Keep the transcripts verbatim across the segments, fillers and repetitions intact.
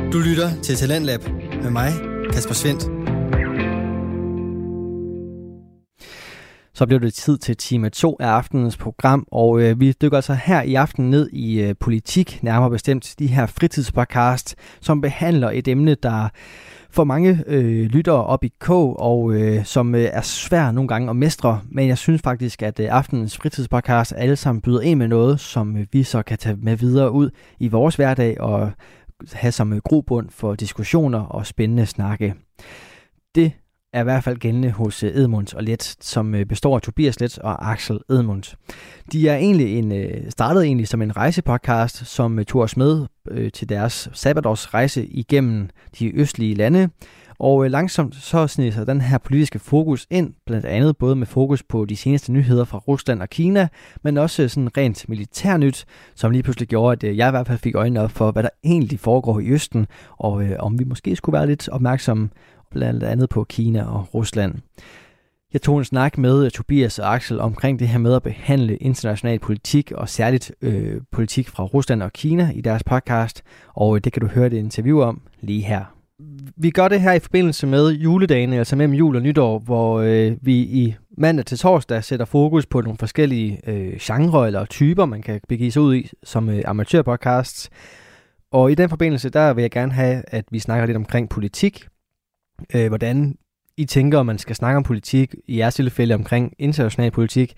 Du lytter til Talentlab med mig, Kasper Svendt. Så blev det tid til time to af aftenens program, og øh, vi dykker altså her i aften ned i øh, politik, nærmere bestemt de her fritidspodcast, som behandler et emne, der får mange øh, lyttere op i kog, og øh, som øh, er svært nogle gange at mestre. Men jeg synes faktisk, at øh, aftenens fritidspodcast alle sammen byder ind med noget, som øh, vi så kan tage med videre ud i vores hverdag og have som øh, grobund for diskussioner og spændende snakke. Det er i hvert fald gældende hos øh, Edmunds og Let, som øh, består af Tobias Let og Axel Edmunds. De er egentlig en, øh, startede egentlig som en rejsepodcast, som øh, tog os med øh, til deres sabbatårsrejse igennem de østlige lande. Og øh, langsomt så sniger sig den her politiske fokus ind, blandt andet både med fokus på de seneste nyheder fra Rusland og Kina, men også øh, sådan rent militærnyt, som lige pludselig gjorde, at øh, jeg i hvert fald fik øjnene op for, hvad der egentlig foregår i Østen, og øh, om vi måske skulle være lidt opmærksomme blandt andet på Kina og Rusland. Jeg tog en snak med Tobias og Axel omkring det her med at behandle international politik, og særligt øh, politik fra Rusland og Kina i deres podcast, og det kan du høre et interview om lige her. Vi gør det her i forbindelse med juledagene, altså mellem jul og nytår, hvor øh, vi i mandag til torsdag sætter fokus på nogle forskellige øh, genrer eller typer, man kan begive sig ud i som øh, amatørpodcasts. Og i den forbindelse, der vil jeg gerne have, at vi snakker lidt omkring politik. Øh, hvordan I tænker, man skal snakke om politik, i jeres tilfælde omkring international politik.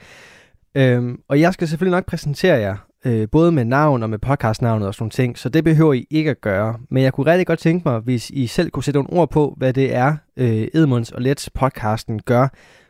Øh, og jeg skal selvfølgelig nok præsentere jer, øh, både med navn og med podcastnavnet og sådan nogle ting, så det behøver I ikke at gøre. Men jeg kunne rigtig godt tænke mig, hvis I selv kunne sætte nogle ord på, hvad det er, øh, Edmunds og Lets podcasten gør,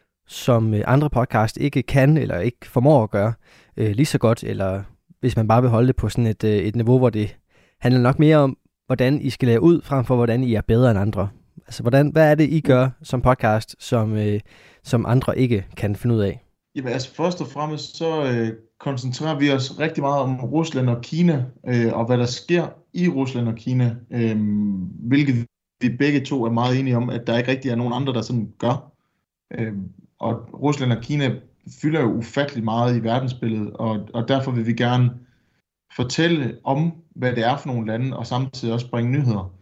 som øh, andre podcast ikke kan eller ikke formår at gøre øh, lige så godt, eller hvis man bare vil holde det på sådan et, øh, et niveau, hvor det handler nok mere om, hvordan I skal lave ud, frem for hvordan I er bedre end andre. Altså, hvordan, hvad er det, I gør som podcast, som, øh, som andre ikke kan finde ud af? Jamen, altså først og fremmest, så øh, koncentrerer vi os rigtig meget om Rusland og Kina, øh, og hvad der sker i Rusland og Kina, øh, hvilket vi begge to er meget enige om, at der ikke rigtig er nogen andre, der sådan gør. Øh, og Rusland og Kina fylder jo ufattelig meget i verdensbilledet, og, og derfor vil vi gerne fortælle om, hvad det er for nogle lande, og samtidig også bringe nyheder.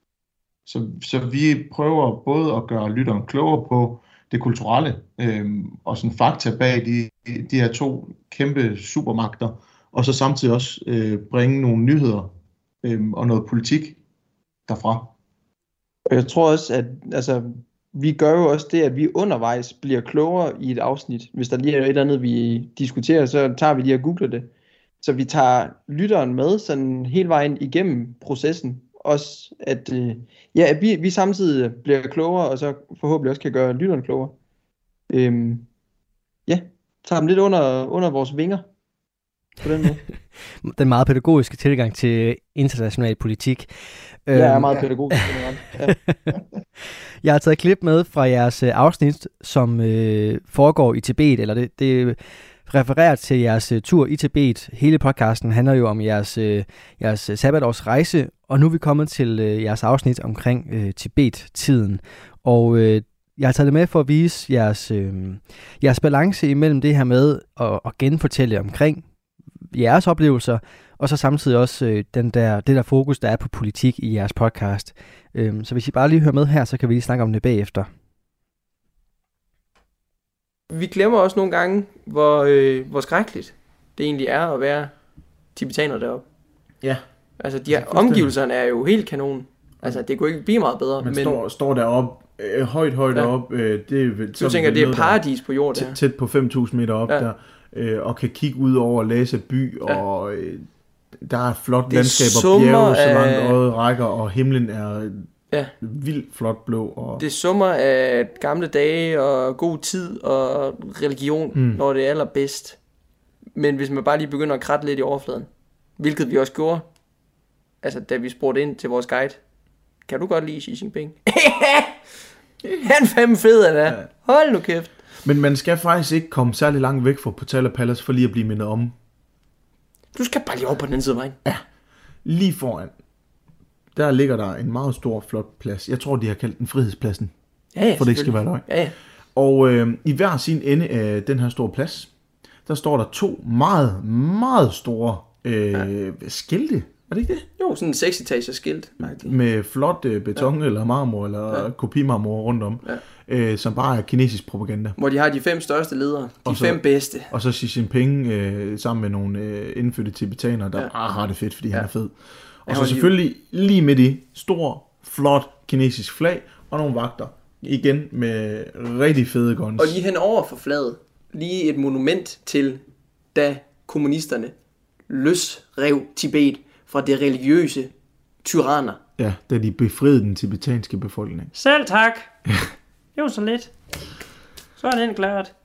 Så, så vi prøver både at gøre lytteren klogere på det kulturelle øh, og sådan fakta bag de, de her to kæmpe supermagter, og så samtidig også øh, bringe nogle nyheder øh, og noget politik derfra. Jeg tror også, at altså, vi gør jo også det, at vi undervejs bliver klogere i et afsnit. Hvis der lige er et eller andet, vi diskuterer, så tager vi lige og googler det. Så vi tager lytteren med sådan hele vejen igennem processen. Også at, øh, ja, at vi, vi samtidig bliver klogere, og så forhåbentlig også kan gøre lytteren klogere. Øhm, ja, tager dem lidt under, under vores vinger på den måde. Den meget pædagogiske tilgang til international politik. Jeg er meget pædagogisk. Ja. Jeg har taget et klip med fra jeres afsnit, som øh, foregår i Tibet, eller det, det refererer til jeres uh, tur i Tibet. Hele podcasten handler jo om jeres, uh, jeres sabbatårsrejse, og nu er vi kommet til uh, jeres afsnit omkring uh, Tibet-tiden. Og uh, jeg har taget det med for at vise jeres, uh, jeres balance imellem det her med at, at genfortælle omkring jeres oplevelser, og så samtidig også uh, den der, det der fokus, der er på politik i jeres podcast. Uh, så hvis I bare lige hører med her, så kan vi lige snakke om det bagefter. Vi glemmer også nogle gange, hvor, øh, hvor skrækkeligt det egentlig er at være tibetaner deroppe. Ja. Altså, de her omgivelserne er jo helt kanon. Altså, det kunne ikke blive meget bedre. Man men står, står deroppe, øh, højt, højt ja. op. Øh, det er, så du tænker, det er paradis på jorden. Tæt, tæt på fem tusind meter op ja. der, øh, og kan kigge ud over Lhasa by, ja. og øh, der er et flot det landskab og bjerge, så langt øjet rækker, og himlen er ja. vildt flot blå. Og det summer af gamle dage og god tid og religion, mm. når det er allerbedst. Men hvis man bare lige begynder at kratte lidt i overfladen, hvilket vi også gjorde, altså da vi spurgte ind til vores guide, kan du godt lide Xi Jinping? Han fem fed af det. Hold nu kæft. Men man skal faktisk ikke komme særlig langt væk fra Potala Palace for lige at blive mindet om. Du skal bare lige over på den anden side af vejen. Ja, lige foran. Der ligger der en meget stor, flot plads. Jeg tror, de har kaldt den Frihedspladsen. Ja, ja, for det ikke skal være løgn. Ja, ja. Og øh, i hver sin ende af den her store plads, der står der to meget, meget store øh, ja. skilte. Er det ikke det? Jo, sådan en seks-etagers skilt. Med flot øh, beton ja. eller marmor, eller ja. kopimarmor rundt om, ja. øh, som bare er kinesisk propaganda. Hvor de har de fem største ledere, de og så, fem bedste. Og så Xi Jinping øh, sammen med nogle øh, indfødte tibetanere, der ja. bare har det fedt, fordi ja. han er fed. Og så selvfølgelig lige midt i, stor, flot kinesisk flag, og nogle vagter. Igen med rigtig fede guns. Og lige hen over for flaget, lige et monument til, da kommunisterne løsrev Tibet fra det religiøse tyranner. Ja, da de befriede den tibetanske befolkning. Selv tak. Det var så lidt. Så er den klart.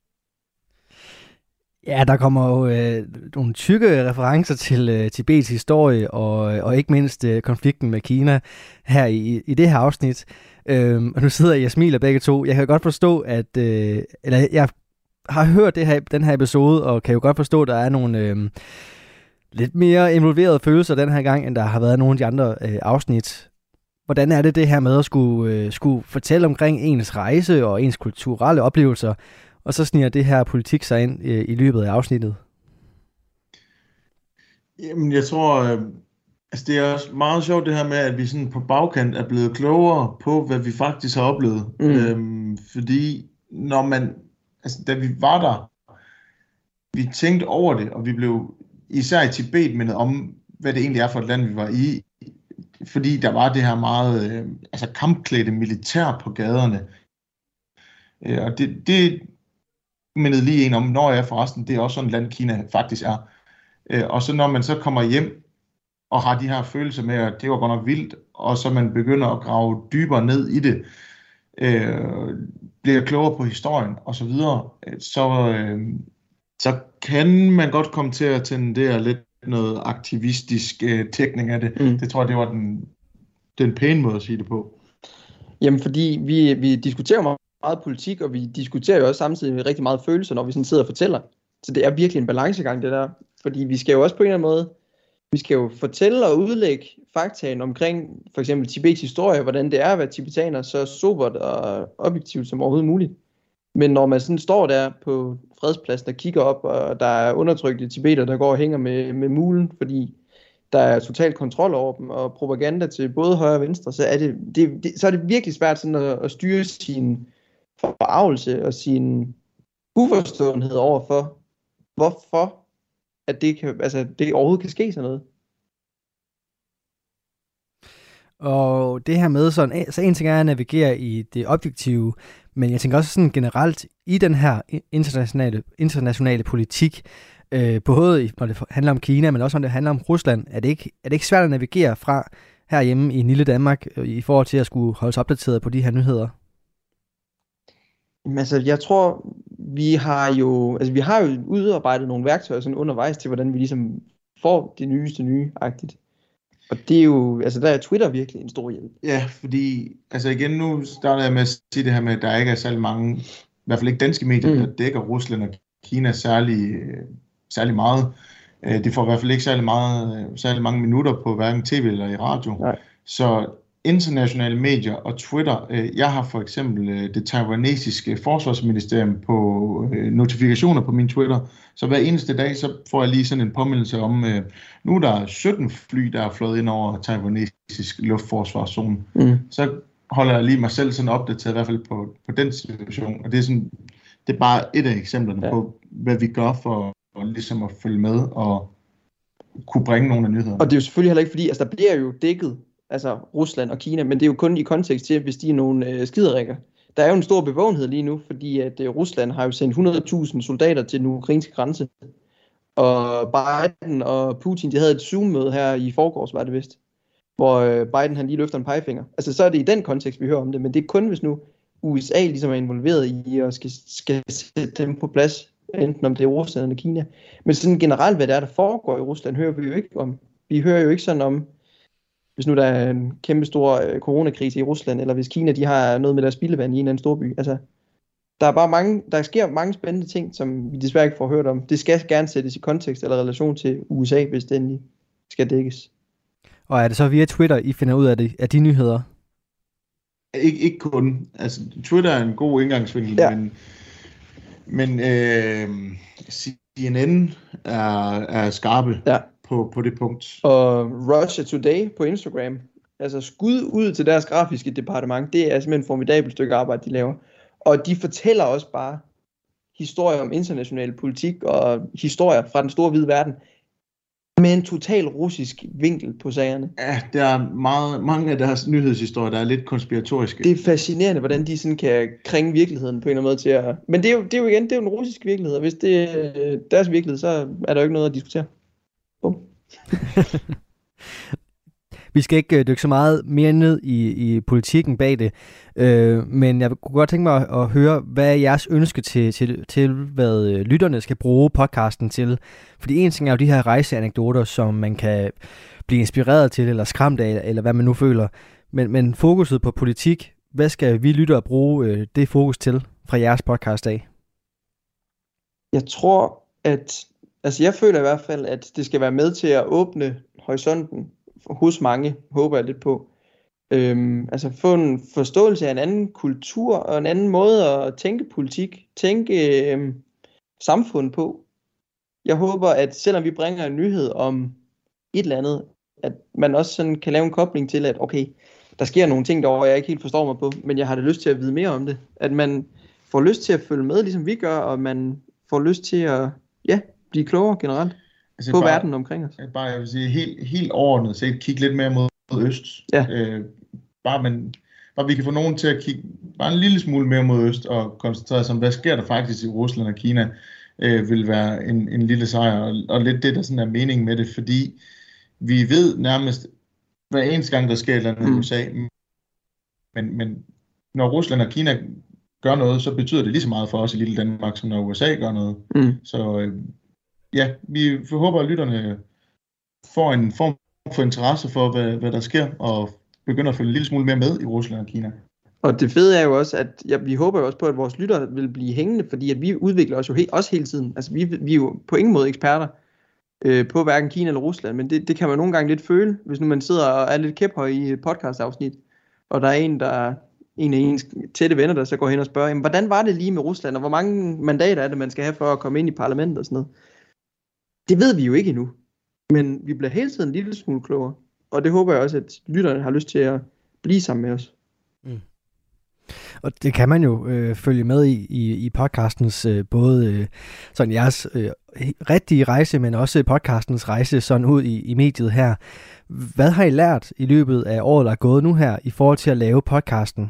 Ja, der kommer jo øh, nogle tykke referencer til øh, Tibets historie, og, og ikke mindst øh, konflikten med Kina her i, i det her afsnit. Øhm, og nu sidder jeg og smiler begge to. Jeg kan godt forstå, at... Øh, eller jeg har hørt det her, den her episode, og kan jo godt forstå, at der er nogle... Øh, lidt mere involverede følelser den her gang, end der har været nogle af de andre øh, afsnit. Hvordan er det det her med at skulle, øh, skulle fortælle omkring ens rejse og ens kulturelle oplevelser, og så sniger det her politik sig ind øh, i løbet af afsnittet? Jamen, jeg tror, øh, altså det er også meget sjovt det her med, at vi sådan på bagkant er blevet klogere på, hvad vi faktisk har oplevet. Mm. Øhm, fordi når man, altså da vi var der, vi tænkte over det, og vi blev især i Tibet mindet om, hvad det egentlig er for et land, vi var i. Fordi der var det her meget øh, altså kampklædte militær på gaderne. Øh, og det, det mindede lige en om, når jeg forresten, det er også sådan et land, Kina faktisk er. Øh, og så når man så kommer hjem og har de her følelser med, at det var godt nok vildt, og så man begynder at grave dybere ned i det, øh, bliver klogere på historien osv., så, så, øh, så kan man godt komme til at tendere lidt noget aktivistisk øh, tækning af det. Mm. Det tror jeg, det var den, den pæne måde at sige det på. Jamen, fordi vi, vi diskuterer meget, meget politik, og vi diskuterer jo også samtidig rigtig meget følelser, når vi sådan sidder og fortæller. Så det er virkelig en balancegang, det der. Fordi vi skal jo også på en eller anden måde, vi skal jo fortælle og udlægge faktaen omkring for eksempel Tibets historie, hvordan det er at være tibetaner, så sobert og objektivt som overhovedet muligt. Men når man sådan står der på fredspladsen og kigger op, og der er undertrykte tibeter, der går og hænger med, med mulen, fordi der er total kontrol over dem, og propaganda til både højre og venstre, så er det, det, det, så er det virkelig svært sådan at, at styre sin forarvelse og sin uforståenhed over for, hvorfor at det, kan, altså, det overhovedet kan ske sådan noget. Og det her med, sådan, så en ting er at navigere i det objektive, men jeg tænker også sådan generelt i den her internationale, internationale politik, øh, både når det handler om Kina, men også når det handler om Rusland, er det ikke, er det ikke svært at navigere fra herhjemme i lille Danmark, i forhold til at skulle holde sig opdateret på de her nyheder? Altså, jeg tror, vi har jo, altså, vi har jo udarbejdet nogle værktøjer sådan undervejs til, hvordan vi ligesom får det nyeste nye-agtigt. Og det er jo, altså der er Twitter virkelig en stor hjælp. Ja, fordi, altså igen, nu starter jeg med at sige det her med, at der ikke er særlig mange, i hvert fald ikke danske medier, mm. der dækker Rusland og Kina særlig, særlig meget. De får i hvert fald ikke særlig, meget, særlig mange minutter på hverken tv eller i radio. Nej. Så internationale medier og Twitter, jeg har for eksempel det taiwanesiske forsvarsministerium på notifikationer på min Twitter, så hver eneste dag, så får jeg lige sådan en påmindelse om, nu er der sytten fly, der er flået ind over taiwanesisk luftforsvarszone. Mm. Så holder jeg lige mig selv sådan opdateret, i hvert fald på, på den situation, og det er, sådan, det er bare et af eksemplerne ja. på, hvad vi gør for at, ligesom at følge med og kunne bringe nogle af nyhederne. Og det er jo selvfølgelig heller ikke fordi, altså der bliver jo dækket altså Rusland og Kina, men det er jo kun i kontekst til, hvis de er nogle øh, skiderikker. Der er jo en stor bevågenhed lige nu, fordi at øh, Rusland har jo sendt hundrede tusind soldater til den ukrainske grænse, og Biden og Putin, de havde et Zoom-møde her i forgårs, var det vist, hvor øh, Biden han lige løfter en pegefinger. Altså så er det i den kontekst, vi hører om det, men det er kun hvis nu U S A ligesom er involveret i og skal, skal sætte dem på plads, enten om det er Rusland eller Kina. Men sådan generelt, hvad der er, der foregår i Rusland, hører vi jo ikke om. Vi hører jo ikke sådan om, hvis nu der er en kæmpe stor øh, coronakrise i Rusland, eller hvis Kina de har noget med deres spildevand i en eller anden storby. Altså, der er bare mange, der sker mange spændende ting, som vi desværre ikke får hørt om. Det skal gerne sættes i kontekst eller relation til U S A, hvis det endelig skal dækkes. Og er det så via Twitter, I finder ud af, det, af de nyheder? Ik- ikke kun. Altså, Twitter er en god indgangsvinkel, ja. men, men øh, C N N er, er skarpe ja. på, på det punkt. Og Russia Today på Instagram, altså skud ud til deres grafiske departement, det er simpelthen et formidabelt stykke arbejde, de laver. Og de fortæller også bare historier om international politik og historier fra den store hvide verden, med en total russisk vinkel på sagerne. Ja, der er meget, mange af deres nyhedshistorier, der er lidt konspiratoriske. Det er fascinerende, hvordan de sådan kan krænge virkeligheden på en eller anden måde til at... Men det er jo, det er jo igen, det er jo den russiske virkelighed, og hvis det er deres virkelighed, så er der jo ikke noget at diskutere. Bum. Vi skal ikke dykke så meget mere ned i, i politikken bag det, øh, men jeg kunne godt tænke mig at, at høre, hvad er jeres ønske til, til, til, hvad lytterne skal bruge podcasten til? Fordi en ting er jo de her rejseanekdoter, som man kan blive inspireret til, eller skræmt af, eller hvad man nu føler. Men, men fokuset på politik, hvad skal vi lyttere bruge øh, det fokus til fra jeres podcast af? Jeg tror, at... Altså jeg føler i hvert fald, at det skal være med til at åbne horisonten hos mange, håber jeg lidt på. Øhm, altså få en forståelse af en anden kultur og en anden måde at tænke politik, tænke øhm, samfund på. Jeg håber, at selvom vi bringer en nyhed om et eller andet, at man også sådan kan lave en kobling til, at okay, der sker nogle ting derovre, jeg ikke helt forstår mig på, men jeg har det lyst til at vide mere om det. At man får lyst til at følge med, ligesom vi gør, og man får lyst til at ja, blive klogere generelt. Altså på bare, verden omkring os. Bare, jeg vil sige, helt, helt overordnet set, kigge lidt mere mod øst. Ja. Øh, bare, man, bare vi kan få nogen til at kigge bare en lille smule mere mod øst, og koncentrere sig om, hvad sker der faktisk i Rusland og Kina, øh, vil være en, en lille sejr, og, og lidt det, der sådan er mening med det, fordi vi ved nærmest, hver eneste gang, der sker et eller andet i mm. U S A, men, men når Rusland og Kina gør noget, så betyder det lige så meget for os i lille Danmark, som når U S A gør noget. Mm. Så... Øh, Ja, vi håber, at lytterne får en form for interesse for, hvad, hvad der sker, og begynder at følge en lille smule mere med i Rusland og Kina. Og det fede er jo også, at ja, vi håber jo også på, at vores lyttere vil blive hængende, fordi at vi udvikler os jo he- også hele tiden. Altså vi, vi er jo på ingen måde eksperter øh, på hverken Kina eller Rusland, men det, det kan man nogle gange lidt føle, hvis nu man sidder og er lidt kæphøj i et podcast-afsnit, og der er en, der en af ens tætte venner, der så går hen og spørger, jamen, hvordan var det lige med Rusland, og hvor mange mandater er det, man skal have for at komme ind i parlamentet og sådan noget. Det ved vi jo ikke endnu, men vi bliver hele tiden en lille smule klogere, og det håber jeg også, at lytterne har lyst til at blive sammen med os. Mm. Og det kan man jo øh, følge med i, i, i podcastens øh, både øh, sådan jeres øh, rigtige rejse, men også podcastens rejse sådan ud i, i mediet her. Hvad har I lært i løbet af året, der er gået nu her, i forhold til at lave podcasten?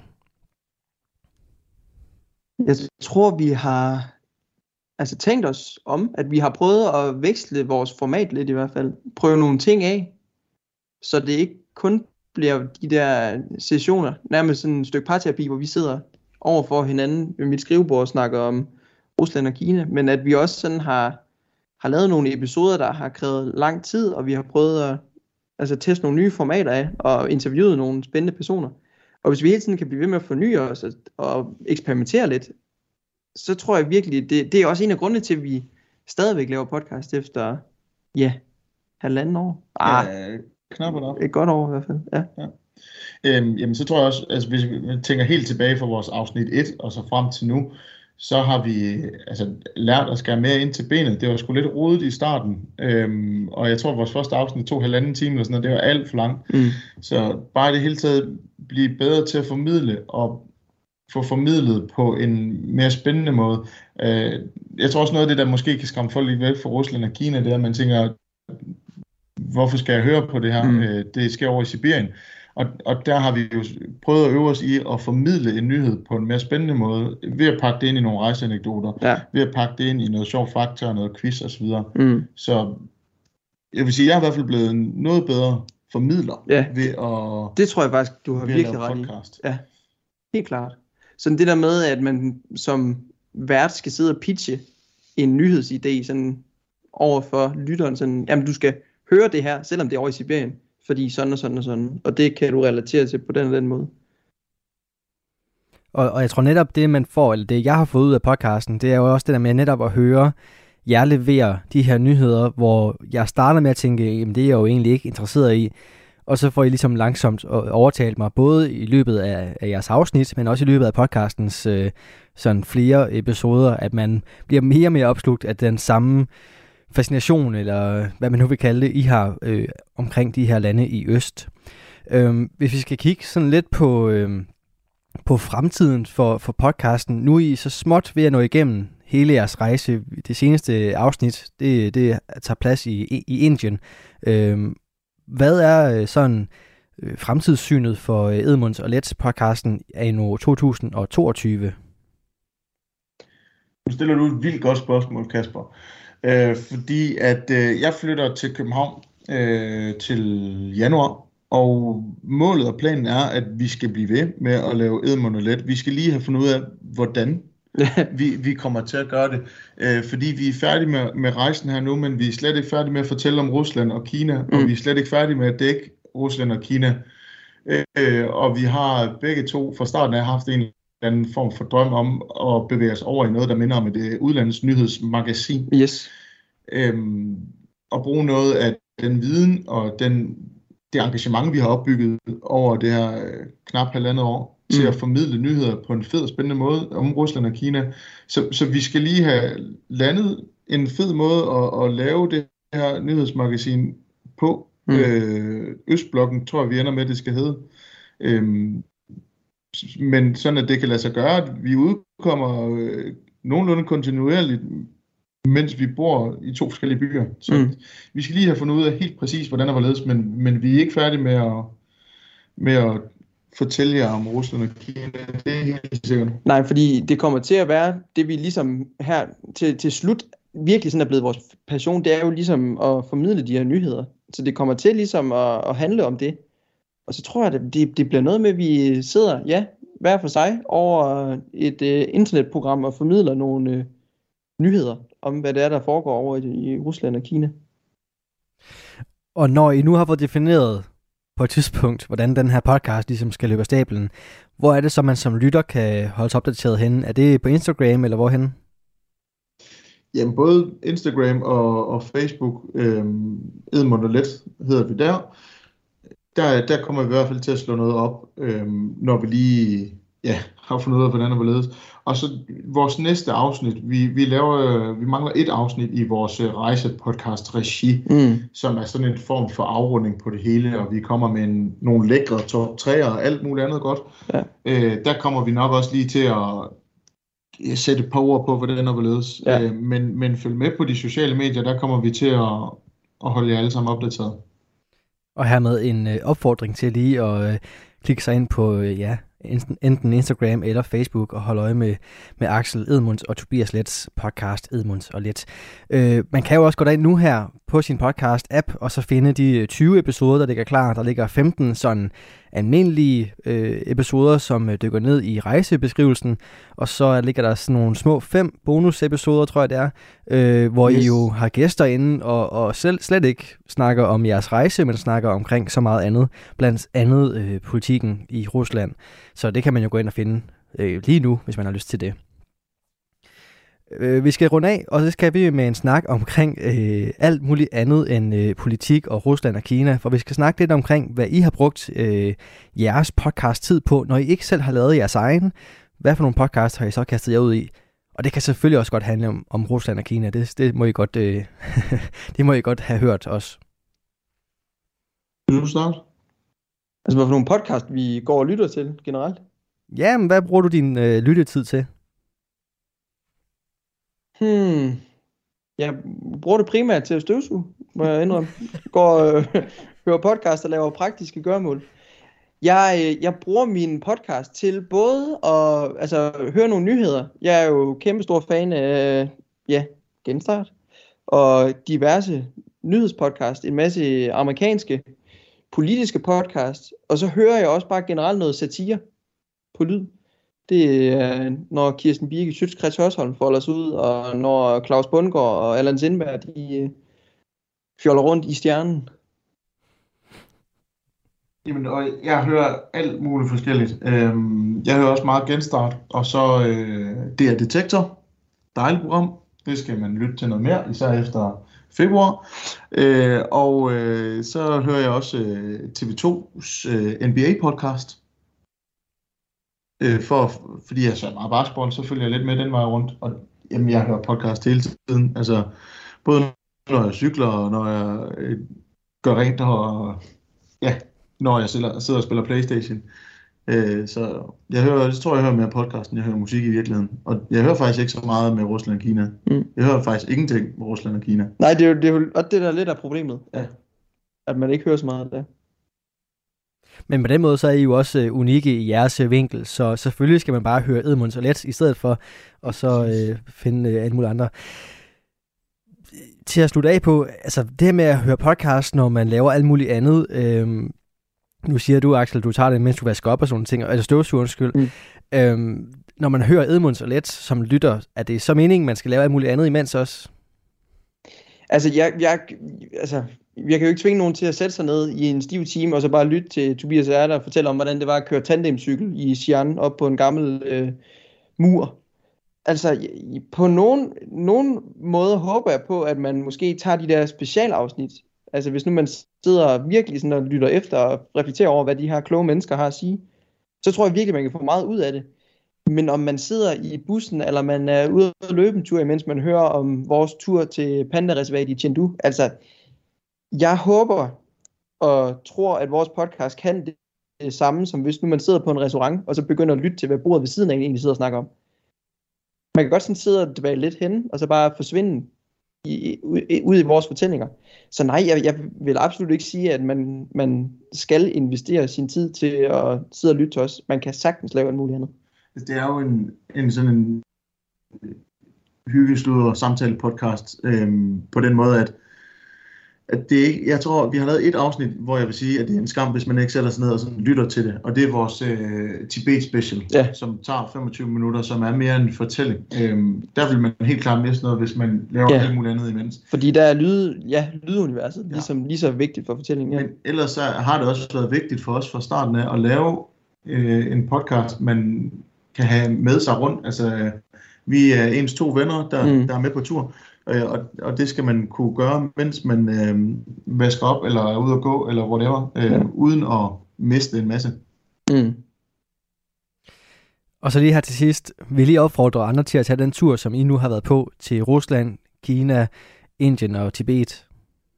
Jeg tror, vi har altså tænkt os om, at vi har prøvet at veksle vores format lidt i hvert fald. Prøve nogle ting af, så det ikke kun bliver de der sessioner, nærmest sådan et stykke parterapi, hvor vi sidder over for hinanden ved mit skrivebord og snakker om Rusland og Kina, men at vi også sådan har, har lavet nogle episoder, der har krævet lang tid, og vi har prøvet at altså, teste nogle nye formater af, og interviewet nogle spændende personer. Og hvis vi hele tiden kan blive ved med at forny os og, og eksperimentere lidt, så tror jeg virkelig, det, det er også en af grundene til, at vi stadigvæk laver podcast efter, ja, halvanden år. Ah, ja, knap nok. Et godt år i hvert fald, ja. ja. Øhm, jamen så tror jeg også, altså hvis vi tænker helt tilbage fra vores afsnit et og så frem til nu, så har vi altså lært at skære mere ind til benet. Det var sgu lidt rodet i starten, øhm, og jeg tror at vores første afsnit tog halvanden time eller sådan noget, det var alt for langt. Mm. Så bare i det hele taget blive bedre til at formidle og få formidlet på en mere spændende måde. Øh, jeg tror også noget af det, der måske kan skræmme folk lidt væk fra Rusland og Kina, det er, at man tænker, hvorfor skal jeg høre på det her? Mm. Øh, det sker over i Sibirien. Og, og der har vi jo prøvet at øve os i at formidle en nyhed på en mere spændende måde, ved at pakke det ind i nogle rejseanekdoter, ja. Ved at pakke det ind i noget sjov fakta og noget quiz osv. Mm. Så jeg vil sige, jeg er i hvert fald blevet noget bedre formidler ja. Ved at... Det tror jeg faktisk, du har virkelig ret i. Ja, helt klart. Sådan det der med, at man som vært skal sidde og pitche en nyhedsidé sådan over for lytteren, sådan, jamen du skal høre det her, selvom det er over i Sibirien, fordi sådan og sådan og sådan, og det kan du relatere til på den og den måde. Og, og jeg tror netop det, man får, eller det jeg har fået ud af podcasten, det er jo også det der med netop at høre jer levere de her nyheder, hvor jeg starter med at tænke, jamen det er jeg jo egentlig ikke interesseret i, og så får I ligesom langsomt overtalt mig, både i løbet af, af jeres afsnit, men også i løbet af podcastens øh, sådan flere episoder, at man bliver mere og mere opslugt af den samme fascination, eller hvad man nu vil kalde det, I har øh, omkring de her lande i øst. Øh, hvis vi skal kigge sådan lidt på, øh, på fremtiden for, for podcasten, nu er I så småt ved at nå igennem hele jeres rejse. Det seneste afsnit, det, det tager plads i, i Indien. Øh, hvad er sådan øh, fremtidssynet for Edmunds og Lets podcasten anno to tusind og toogtyve? Nu stiller du et vildt godt spørgsmål, Kasper. Øh, fordi at øh, jeg flytter til København øh, til januar, og målet og planen er, at vi skal blive ved med at lave Edmund og Let. Vi skal lige have fundet ud af, hvordan vi, vi kommer til at gøre det. Øh, fordi vi er færdige med, med rejsen her nu, men vi er slet ikke færdige med at fortælle om Rusland og Kina, mm. og vi er slet ikke færdige med at dække Rusland og Kina. Øh, og vi har begge to fra starten af haft en anden form for drøm om at bevæge os over i noget, der minder om et udlandets nyhedsmagasin. Yes. Øhm, og bruge noget af den viden og den, det engagement, vi har opbygget over det her øh, knap halvandet år, mm. til at formidle nyheder på en fed og spændende måde om Rusland og Kina. Så, så vi skal lige have landet en fed måde at, at lave det her nyhedsmagasin på. Mm. Øh, Østblokken tror jeg, vi ender med, at det skal hedde. Øhm, Men sådan, at det kan lade sig gøre, at vi udkommer øh, nogenlunde kontinuerligt, mens vi bor i to forskellige byer. Så mm. vi skal lige have fundet ud af helt præcis, hvordan der var ledes, men, men vi er ikke færdige med at, med at fortælle jer om Rusland og Kina. Det er helt sikkert. Nej, fordi det kommer til at være, det vi ligesom her til, til slut virkelig sådan er blevet vores passion, det er jo ligesom at formidle de her nyheder. Så det kommer til ligesom at, at handle om det. Og så tror jeg, at det, det bliver noget med, at vi sidder, ja, hver for sig, over et øh, internetprogram og formidler nogle øh, nyheder om, hvad det er, der foregår over i, i Rusland og Kina. Og når I nu har fået defineret på et tidspunkt, hvordan den her podcast ligesom skal løbe af stablen, hvor er det så, man som lytter kan holde sig opdateret henne? Er det på Instagram, eller hvorhen? Jamen, både Instagram og, og Facebook, øh, Edmund og Let hedder vi der. Der, der kommer vi i hvert fald til at slå noget op, øhm, når vi lige ja, har fundet ud af, hvordan det var ledes. Og så vores næste afsnit, vi, vi, laver, vi mangler et afsnit i vores rejsepodcast regi, mm. som er sådan en form for afrunding på det hele, og vi kommer med en, nogle lækre top tre og alt muligt andet godt. Ja. Øh, der kommer vi nok også lige til at sætte et par ord på, hvordan det var ledes. Ja. Øh, men, men følg med på de sociale medier, der kommer vi til at, at holde jer alle sammen opdateret. Og hermed en øh, opfordring til lige at øh, klikke sig ind på øh, ja, enten Instagram eller Facebook og holde øje med, med Axel Edmunds og Tobias Lets podcast Edmunds og Let. Øh, man kan jo også gå derind nu her på sin podcast-app og så finde de tyve episoder, der ligger klar. Der ligger femten sådan almindelige øh, episoder, som øh, dykker ned i rejsebeskrivelsen, og så ligger der sådan nogle små fem bonusepisoder, tror jeg det er, øh, hvor yes. I jo har gæster inde og, og selv slet ikke snakker om jeres rejse, men snakker omkring så meget andet, blandt andet øh, politikken i Rusland. Så det kan man jo gå ind og finde øh, lige nu, hvis man har lyst til det. Øh, vi skal runde af, og så skal vi med en snak omkring øh, alt muligt andet end øh, politik og Rusland og Kina, for vi skal snakke lidt omkring, hvad I har brugt øh, jeres podcast tid på, når I ikke selv har lavet jeres egen. Hvad for nogle podcasts har I så kastet jer ud i? Og det kan selvfølgelig også godt handle om, om Rusland og Kina. Det, det må I godt, øh, det må I godt have hørt også. Vil du starte? Altså, hvad for nogle podcast vi går og lytter til generelt? Ja, men hvad bruger du din øh, lyttetid til? Hmm. Jeg bruger det primært til at støvsuge, må jeg indrømme. Går og øh, hører podcast og laver praktiske gøremål. Jeg, øh, jeg bruger min podcast til både at altså, høre nogle nyheder. Jeg er jo kæmpe stor fan af ja, Genstart og diverse nyhedspodcast. En masse amerikanske politiske podcast. Og så hører jeg også bare generelt noget satire på lyd. Det er, når Kirsten Birke, Sjøtskreds Hørsholm folder sig ud, og når Claus Bundgaard og Allan Sindberg, de uh, fjoller rundt i stjernen. Jamen, og jeg hører alt muligt forskelligt. Øhm, jeg hører også meget Genstart, og så øh, det er Detektor. Dejligt program. Det skal man lytte til noget mere, især efter februar. Øh, og øh, så hører jeg også øh, T V to's øh, N B A-podcast. Øh, for, fordi jeg så er meget basketball, så følger jeg lidt med den vej rundt. Og jamen, jeg hører podcast hele tiden. Altså, både når jeg cykler, og når jeg øh, gør rent, og ja, når jeg sidder, sidder og spiller PlayStation. Øh, så jeg hører, jeg tror, jeg hører mere podcasten, jeg hører musik i virkeligheden. Og jeg hører faktisk ikke så meget med Rusland og Kina. Mm. Jeg hører faktisk ingenting med Rusland og Kina. Nej, det er jo, det er jo og det der lidt af problemet. Ja. At man ikke hører så meget af det. Men på den måde, så er I jo også uh, unikke i jeres uh, vinkel, så selvfølgelig skal man bare høre Edmunds og Let i stedet for, og så uh, finde uh, alle mulige andre. Til at slutte af på, altså det her med at høre podcast, når man laver alt muligt andet, øhm, nu siger du, Axel, du tager det, mens du vasker op og sådan ting, eller støvsuger, undskyld. Mm. Øhm, når man hører Edmunds og Let som lytter, er det så meningen, man skal lave alt muligt andet imens også? Altså, jeg, jeg, altså, jeg kan jo ikke tvinge nogen til at sætte sig ned i en stiv time, og så bare lytte til Tobias Erter og fortælle om, hvordan det var at køre tandemcykel i Xi'an op på en gammel øh, mur. Altså, på nogen, nogen måde håber jeg på, at man måske tager de der specialafsnit. Altså, hvis nu man sidder virkelig sådan og lytter efter og reflekterer over, hvad de her kloge mennesker har at sige, så tror jeg virkelig, man kan få meget ud af det. Men om man sidder i bussen, eller man er ude at løbe en tur, imens man hører om vores tur til Panda-reservat i Chengdu. Altså, jeg håber og tror, at vores podcast kan det, det samme, som hvis nu man sidder på en restaurant, og så begynder at lytte til, hvad bordet ved siden af egentlig sidder og snakker om. Man kan godt sådan sidde tilbage lidt hen, og så bare forsvinde i, ud i vores fortællinger. Så nej, jeg, jeg vil absolut ikke sige, at man, man skal investere sin tid til at sidde og lytte til os. Man kan sagtens lave alt muligt andet. Det er jo en, en sådan en hyggesludder samtale podcast øhm, på den måde, at, at det ikke, jeg tror, vi har lavet et afsnit, hvor jeg vil sige, at det er en skam, hvis man ikke sætter sig ned og sådan lytter til det. Og det er vores øh, Tibet special, ja. Som tager femogtyve minutter, som er mere en fortælling. Øhm, der vil man helt klart miste noget, hvis man laver ja. alt muligt andet imens. Fordi der er lyd, ja, lyduniverset, ja. Ligesom, lige så vigtigt for fortællingen. Ja. Men ellers så har det også været vigtigt for os fra starten af at lave øh, en podcast, man kan have med sig rundt. Altså, vi er ens to venner, der, mm. der er med på tur, og, og det skal man kunne gøre, mens man øh, vasker op, eller er ude at gå, eller whatever, øh, ja. Uden at miste en masse. Mm. Og så lige her til sidst, vil jeg lige opfordre andre til at tage den tur, som I nu har været på, til Rusland, Kina, Indien og Tibet.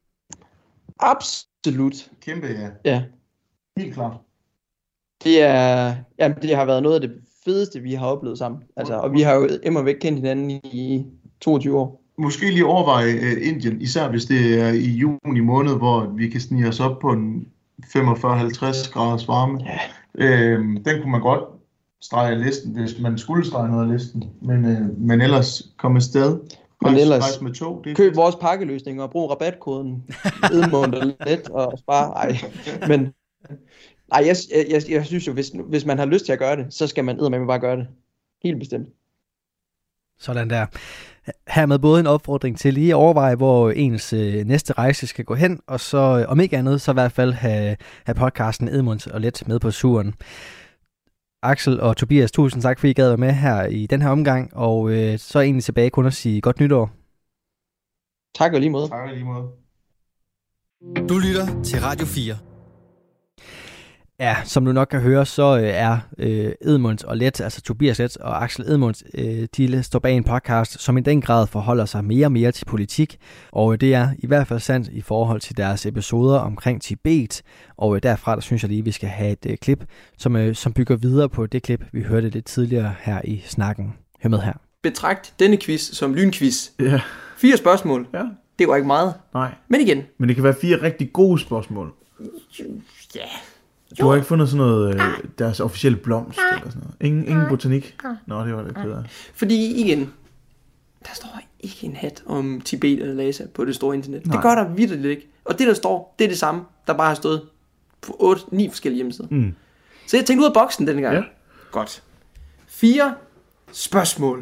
Absolut. Kæmpe, ja. Ja. Helt klart. Det er, jamen, det har været noget af det fedeste, vi har oplevet sammen. Altså, og vi har jo immer væk kendt hinanden i toogtyve år. Måske lige overveje uh, Indien, især hvis det er i juni måned, hvor vi kan snige os op på en femogfyrre til halvtreds graders varme. Ja. Øhm, den kunne man godt strege af listen, hvis man skulle strege noget af listen. Men, øh, men ellers komme afsted. Men ellers med tog, det køb vores pakkeløsninger og brug rabatkoden Edmund og Let og spare. Ej, men ej, jeg, jeg, jeg synes jo, hvis, hvis man har lyst til at gøre det, så skal man eddermame bare gøre det. Helt bestemt. Sådan der. Hermed både en opfordring til lige at overveje, hvor ens øh, næste rejse skal gå hen, og så øh, om ikke andet, så i hvert fald have, have podcasten Edmunds og Let med på turen. Axel og Tobias, tusind tak, fordi I gad være med her i den her omgang, og øh, så er egentlig tilbage kun at sige godt nytår. Tak og lige måde. Tak og lige måde. Du lytter til Radio fire. Ja, som du nok kan høre, så øh, er øh, Edmunds og Let, altså Tobias Let og Axel Edmunds, øh, de står bag en podcast, som i den grad forholder sig mere og mere til politik, og øh, det er i hvert fald sandt i forhold til deres episoder omkring Tibet, og øh, derfra der synes jeg lige, vi skal have et øh, klip, som, øh, som bygger videre på det klip, vi hørte lidt tidligere her i snakken. Hør med her. Betragt denne quiz som lynquiz. Ja. Fire spørgsmål. Ja. Det var ikke meget. Nej. Men igen. Men det kan være fire rigtig gode spørgsmål. Ja. Du har ikke fundet sådan noget, øh, deres officielle blomst eller sådan noget? Ingen, ingen botanik? Nå, det var det ked af. Fordi igen, der står ikke en hat om Tibet eller Lhasa på det store internet. Nej. Det gør der vitterligt ikke. Og det der står, det er det samme, der bare har stået på otte ni forskellige hjemmesider. Mm. Så jeg tænkte ud af boksen denne gang. Ja. Godt. Fire spørgsmål.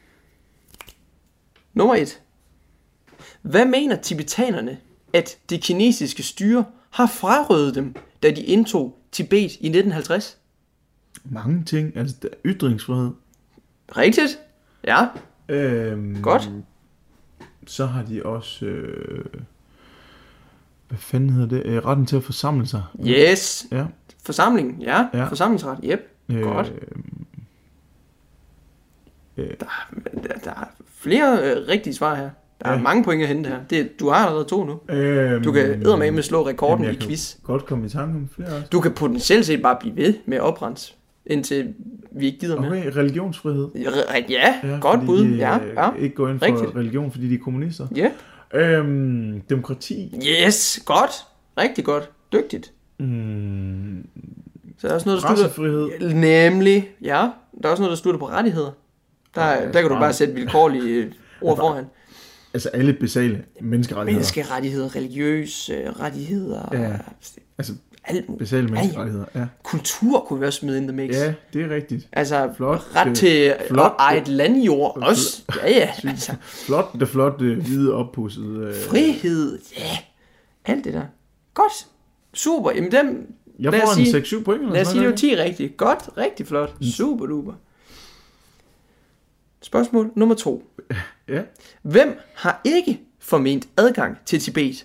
Nummer et. Hvad mener tibetanerne, at det kinesiske styre har frarøvet dem, da de indtog Tibet i nitten halvtreds? Mange ting. Altså ytringsfrihed. Rigtigt. Ja. Øhm, Godt. Så har de også... Øh, hvad fanden hedder det? Øh, retten til at forsamle sig. Yes. Ja. Forsamling. Ja. ja. Forsamlingsret. Yep. Øh, Godt. Øh, der, der, der er flere øh, rigtige svar her. Der er ja. mange point at hente her. Det, du har allerede to nu. Øhm, du kan eddermame slå rekorden i quiz. Godt komme i tanke om flere også. Du kan potentielt set bare blive ved med at oprense, indtil vi ikke gider mere. Okay, religionsfrihed. Ja, ja godt bud. De, ja, ja. Ikke gå ind for Rigtigt. religion, fordi de er kommunister. Ja. Øhm, demokrati. Yes, godt. Rigtig godt. Dygtigt. Mm. Så der er også noget, der slutter... Nemlig, ja. Der er også noget, der slutter på rettigheder. Der, ja, der kan du bare sætte vilkårlige ord foran. Altså alle basale menneskerettigheder. Menneskerettigheder, religiøse rettigheder. Ja, altså alt basale menneskerettigheder. Ja. Kultur kunne vi også smide in the mix. Ja, det er rigtigt. Altså flot, ret til flot, at eje et landjord flot, også. Ja, ja. Altså. Flot, det flotte, hvide, oppudsede. Frihed, ja. Alt det der. Godt. Super. Jamen dem... Jeg får en seks syv point. Eller lad os sige, det var ti rigtigt. Godt. Rigtig flot. Super duper. Spørgsmål nummer to. Ja. Hvem har ikke forment adgang til Tibet?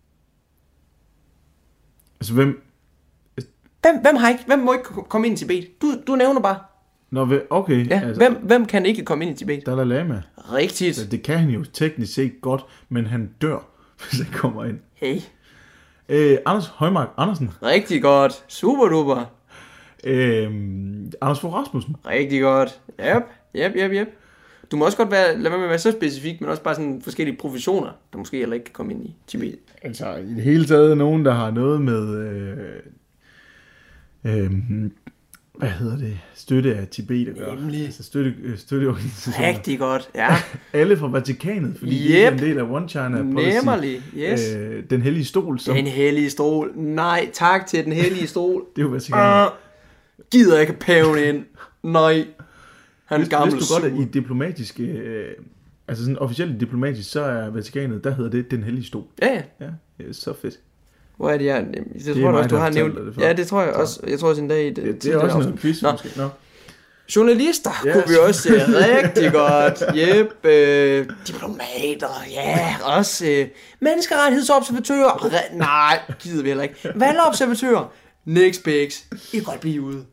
Altså hvem? Hvem, hvem har ikke? Hvem må ikke komme ind i Tibet? Du, du nævner bare. Nå, okay. Ja, altså, hvem, hvem kan ikke komme ind i Tibet? Dalai Lama. Rigtigt. Så det kan han jo teknisk set godt, men han dør, hvis han kommer ind. Hey. Øh, Anders Højmark Andersen. Rigtig godt. Super duper. Øh, Anders Fogh Rasmussen. Rigtig godt. Yep, yep, yep, yep. Du må også godt være, lad være med at være så specifik, men også bare sådan forskellige professioner, der måske heller ikke kan komme ind i Tibet. Altså i det hele taget nogen, der har noget med, øh, øh, hvad hedder det, støtte af Tibet at gøre. Nemlig. Altså støtte, støtteorganisationer. Rigtig godt, ja. Alle fra Vatikanet, fordi yep. de er en del af One China Policy. Nemlig, yes. Øh, den hellige stol. Som... Den hellige stol. Nej, tak til den hellige stol. Det er jo Vatikanet. Uh, gider ikke paven ind. Nej. Han hvis, hvis du godt er i diplomatiske, øh, altså sådan officielt diplomatisk, så er Vatikanet, der hedder det den hellige stol. Ja, ja. Ja, det er så fedt. Hvor er det, jeg, det, det tror jeg også, du har nævnt. Det ja, det tror jeg også. Jeg tror også en dag i det. Det, det er også afsnit. En quiz, Nå. Måske. Nå. Journalister yes. kunne vi også se rigtig godt. Jep, øh, diplomater, ja, også øh, menneskerettighedsobservatører. Re- nej, gider vi heller ikke. Valgobservatører. Next pigs. I kan godt blive ude.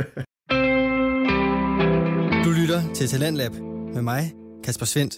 Du lytter til Talentlab med mig, Kasper Svendt.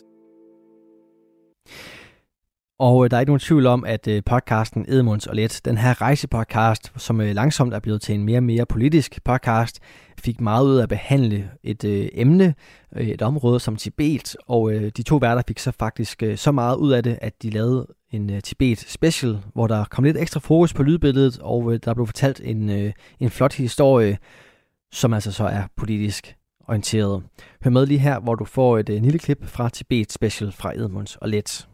Og øh, der er ikke nogen tvivl om, at øh, podcasten Edmunds og Let, den her rejsepodcast, som øh, langsomt er blevet til en mere og mere politisk podcast, fik meget ud af at behandle et øh, emne, øh, et område som Tibet, og øh, de to værter fik så faktisk øh, så meget ud af det, at de lavede en øh, Tibet special, hvor der kom lidt ekstra fokus på lydbilledet, og øh, der blev fortalt en, øh, en flot historie, som altså så er politisk orienteret. Hør med lige her, hvor du får et øh, lille klip fra Tibet special fra Edmunds og Let.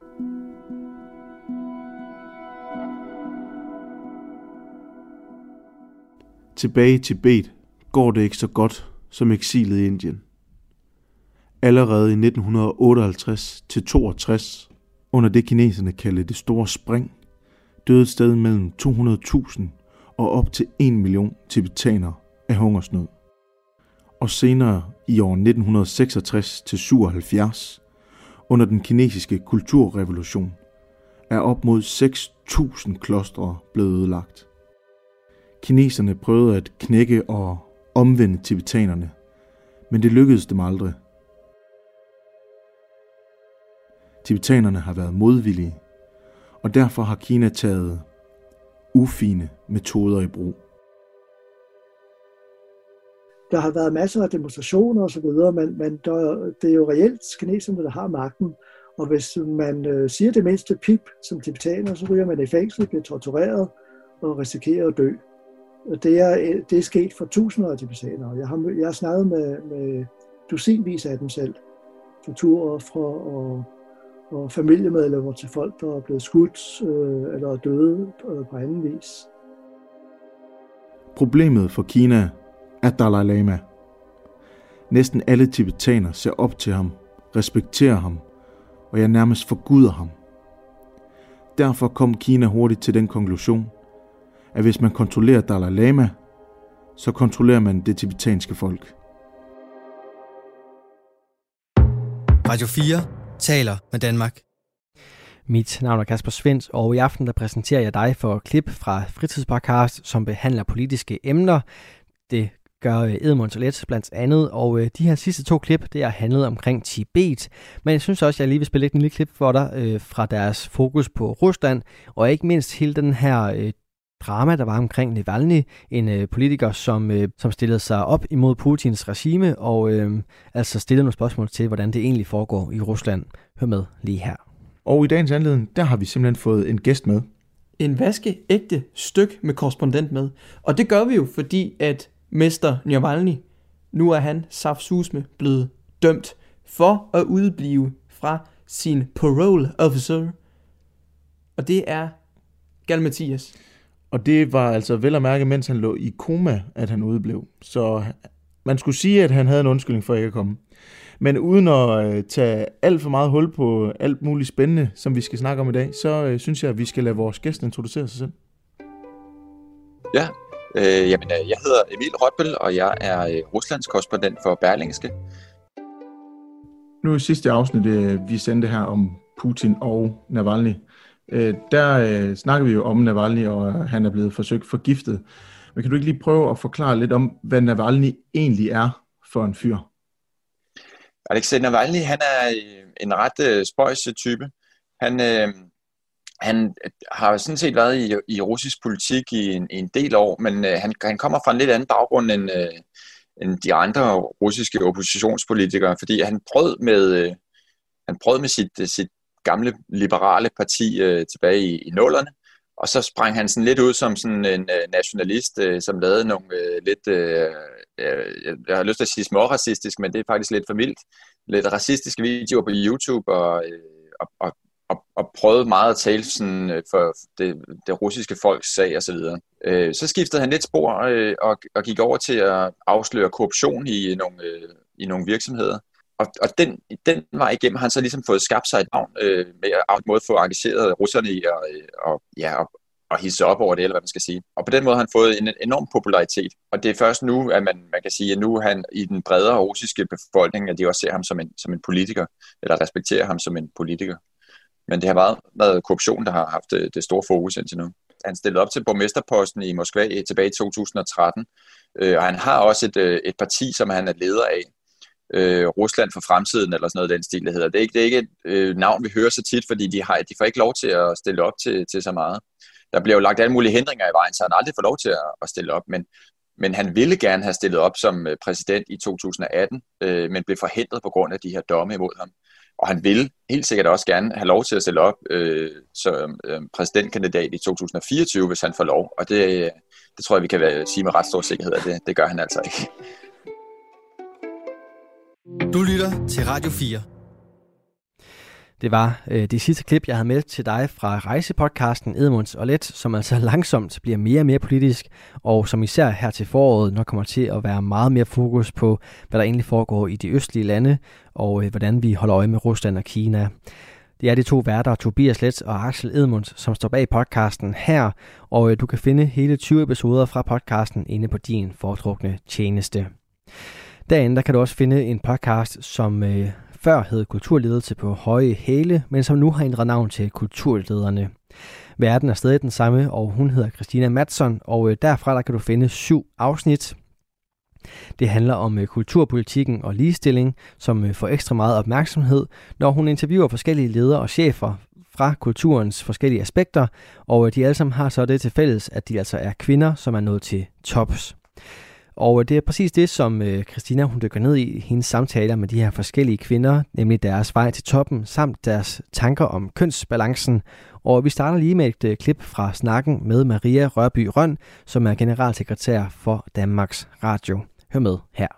Tilbage i Tibet går det ikke så godt som eksilet i Indien. Allerede i nitten otteoghalvtreds til toogtres, under det kineserne kaldte det store spring, døde et sted mellem to hundrede tusind og op til en million tibetanere af hungersnød. Og senere i år nitten seksogtres til syvoghalvfjerds, under den kinesiske kulturrevolution, er op mod seks tusind klostre blevet ødelagt. Kineserne prøvede at knække og omvende tibetanerne, men det lykkedes dem aldrig. Tibetanerne har været modvillige, og derfor har Kina taget ufine metoder i brug. Der har været masser af demonstrationer osv., men, men der, det er jo reelt kineserne, der har magten. Og hvis man øh, siger det mindste pip som tibetaner, så ryger man i fængsel, bliver tortureret og risikerer at dø. Det er, det er sket for tusinder af tibetanere. Jeg har, jeg har snakket med, med dusinvis af dem selv. Torturofre og, og familiemedlemmer til folk, der er blevet skudt øh, eller døde øh, på anden vis. Problemet for Kina er Dalai Lama. Næsten alle tibetanere ser op til ham, respekterer ham, og jeg nærmest forguder ham. Derfor kom Kina hurtigt til den konklusion, at hvis man kontrollerer Dalai Lama, så kontrollerer man det tibetanske folk. Radio fire taler med Danmark. Mit navn er Kasper Svendt, og i aften der præsenterer jeg dig for klip fra Fritidspodcast, som behandler politiske emner. Det gør Edmunds og Let blandt andet, og øh, de her sidste to klip, det er handlet omkring Tibet, men jeg synes også, at jeg lige vil spille et lille klip for dig øh, fra deres fokus på Rusland, og ikke mindst hele den her øh, drama, der var omkring Navalny, en øh, politiker, som, øh, som stillede sig op imod Putins regime, og øh, altså stillede nogle spørgsmål til, hvordan det egentlig foregår i Rusland. Hør med lige her. Og i dagens anledning, der har vi simpelthen fået en gæst med. En vaskeægte styk med korrespondent med. Og det gør vi jo, fordi at mester Navalny, nu er han saftsusme blevet dømt for at udeblive fra sin parole officer. Og det er Gal Mathias. Og det var altså vel at mærke, mens han lå i koma, at han udeblev. Så man skulle sige, at han havde en undskyldning for ikke at komme. Men uden at tage alt for meget hul på alt muligt spændende, som vi skal snakke om i dag, så øh, synes jeg, at vi skal lade vores gæst introducere sig selv. Ja, øh, jamen, jeg hedder Emil Rotbøl, og jeg er øh, Ruslands korrespondent for Berlingske. Nu i sidste afsnit, øh, vi sendte her om Putin og Navalny, øh, der øh, snakker vi jo om Navalny, og han er blevet forsøgt forgiftet. Men kan du ikke lige prøve at forklare lidt om, hvad Navalny egentlig er for en fyr? Alexej Navalny, han er en ret øh, spøjs type. Han, øh, han har sådan set været i, i russisk politik i en, i en del år, men øh, han, han kommer fra en lidt anden baggrund end, øh, end de andre russiske oppositionspolitikere, fordi han prøvede med, øh, han prøvede med sit, sit gamle liberale parti øh, tilbage i, i nullerne, og så sprang han sådan lidt ud som sådan en øh, nationalist, øh, som lavede nogle øh, lidt, øh, øh, jeg har lyst til at sige småracistisk, men det er faktisk lidt for mildt, lidt racistiske videoer på YouTube, og, øh, og, og, og, og prøvede meget at tale sådan, øh, for det, det russiske folks sag og så videre. Øh, så skiftede han lidt spor øh, og, og gik over til at afsløre korruption i nogle, øh, i nogle virksomheder. Og, og den, den vej igennem har han så ligesom fået skabt sig et navn øh, med at måde få engageret russerne i at og, ja, og, og hisse op over det, eller hvad man skal sige. Og på den måde har han fået en enorm popularitet. Og det er først nu, at man, man kan sige, at nu han i den bredere russiske befolkning, at de også ser ham som en, som en politiker, eller respekterer ham som en politiker. Men det har været, været korruption, der har haft det, det store fokus indtil nu. Han stillede op til borgmesterposten i Moskva tilbage i to tusind og tretten, øh, og han har også et, et parti, som han er leder af. Øh, Rusland for fremtiden, eller sådan noget den stil, det hedder. Det er ikke, det er ikke et øh, navn, vi hører så tit, fordi de, har, de får ikke lov til at stille op til, til så meget. Der bliver jo lagt alle mulige hindringer i vejen, så han aldrig får lov til at, at stille op, men, men han ville gerne have stillet op som præsident i to tusind og atten, øh, men blev forhindret på grund af de her domme imod ham. Og han ville helt sikkert også gerne have lov til at stille op øh, som øh, præsidentkandidat i to tusind og fireogtyve, hvis han får lov, og det, det tror jeg, vi kan sige med ret stor sikkerhed, at det, det gør han altså ikke. Du lytter til Radio fire. Det var øh, det sidste klip, jeg havde med til dig fra rejsepodcasten Edmunds og Let, som altså langsomt bliver mere og mere politisk, og som især her til foråret nok kommer til at være meget mere fokus på, hvad der egentlig foregår i de østlige lande, og øh, hvordan vi holder øje med Rusland og Kina. Det er de to værter, Tobias Let og Axel Edmunds, som står bag podcasten her, og øh, du kan finde hele tyve episoder fra podcasten inde på din foretrukne tjeneste. Derinde der kan du også finde en podcast, som øh, før hed Kulturledelse på høje hæle, men som nu har ændret navn til Kulturlederne. Verden er stadig den samme, og hun hedder Christina Mattsson, og øh, derfra der kan du finde syv afsnit. Det handler om øh, kulturpolitikken og ligestilling, som øh, får ekstra meget opmærksomhed, når hun interviewer forskellige ledere og chefer fra kulturens forskellige aspekter, og øh, de alle sammen har så det til fælles, at de altså er kvinder, som er nået til tops. Og det er præcis det, som Christina hun dykker ned i hendes samtaler med de her forskellige kvinder, nemlig deres vej til toppen, samt deres tanker om kønsbalancen. Og vi starter lige med et klip fra snakken med Maria Rørby Røn, som er generalsekretær for Danmarks Radio. Hør med her.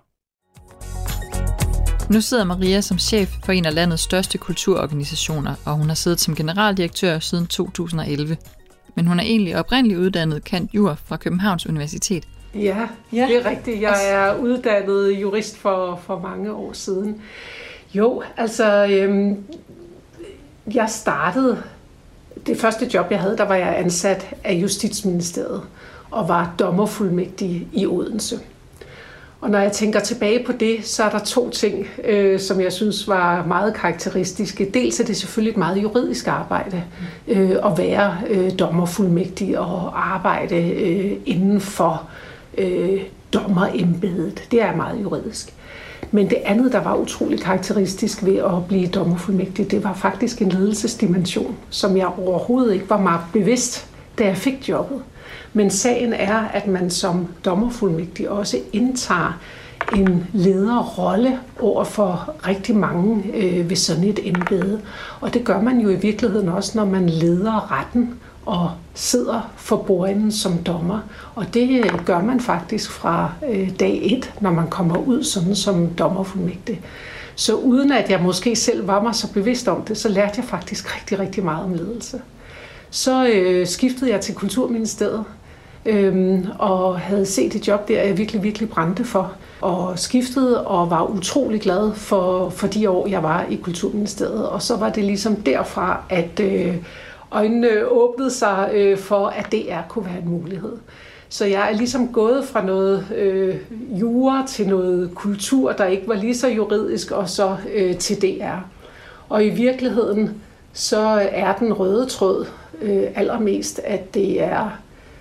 Nu sidder Maria som chef for en af landets største kulturorganisationer, og hun har siddet som generaldirektør siden to tusind og elleve. Men hun er egentlig oprindeligt uddannet cand.jur. fra Københavns Universitet. Ja, ja, det er rigtigt. Jeg er uddannet jurist for, for mange år siden. Jo, altså, øhm, jeg startede, det første job, jeg havde, der var jeg ansat af Justitsministeriet og var dommerfuldmægtig i Odense. Og når jeg tænker tilbage på det, så er der to ting, øh, som jeg synes var meget karakteristiske. Dels er det selvfølgelig et meget juridisk arbejde øh, at være øh, dommerfuldmægtig og arbejde øh, inden for øh, dommerembedet. Det er meget juridisk. Men det andet, der var utrolig karakteristisk ved at blive dommerfuldmægtig, det var faktisk en ledelsesdimension, som jeg overhovedet ikke var meget bevidst, da jeg fik jobbet. Men sagen er, at man som dommerfuldmægtig også indtager en lederrolle over for rigtig mange øh, ved sådan et embede. Og det gør man jo i virkeligheden også, når man leder retten og sidder for bordenden som dommer. Og det gør man faktisk fra øh, dag et, når man kommer ud sådan som dommerfuldmægtig. Så uden at jeg måske selv var mig så bevidst om det, så lærte jeg faktisk rigtig, rigtig meget om ledelse. Så øh, skiftede jeg til Kulturministeriet, Øhm, og havde set et job der, jeg virkelig, virkelig brændte for, og skiftede og var utrolig glad for, for de år, jeg var i Kulturministeriet. Og så var det ligesom derfra, at øh, øjnene åbnede sig øh, for, at D R kunne være en mulighed. Så jeg er ligesom gået fra noget øh, jura til noget kultur, der ikke var lige så juridisk, og så øh, til D R. Og i virkeligheden, så er den røde tråd øh, allermest, at det er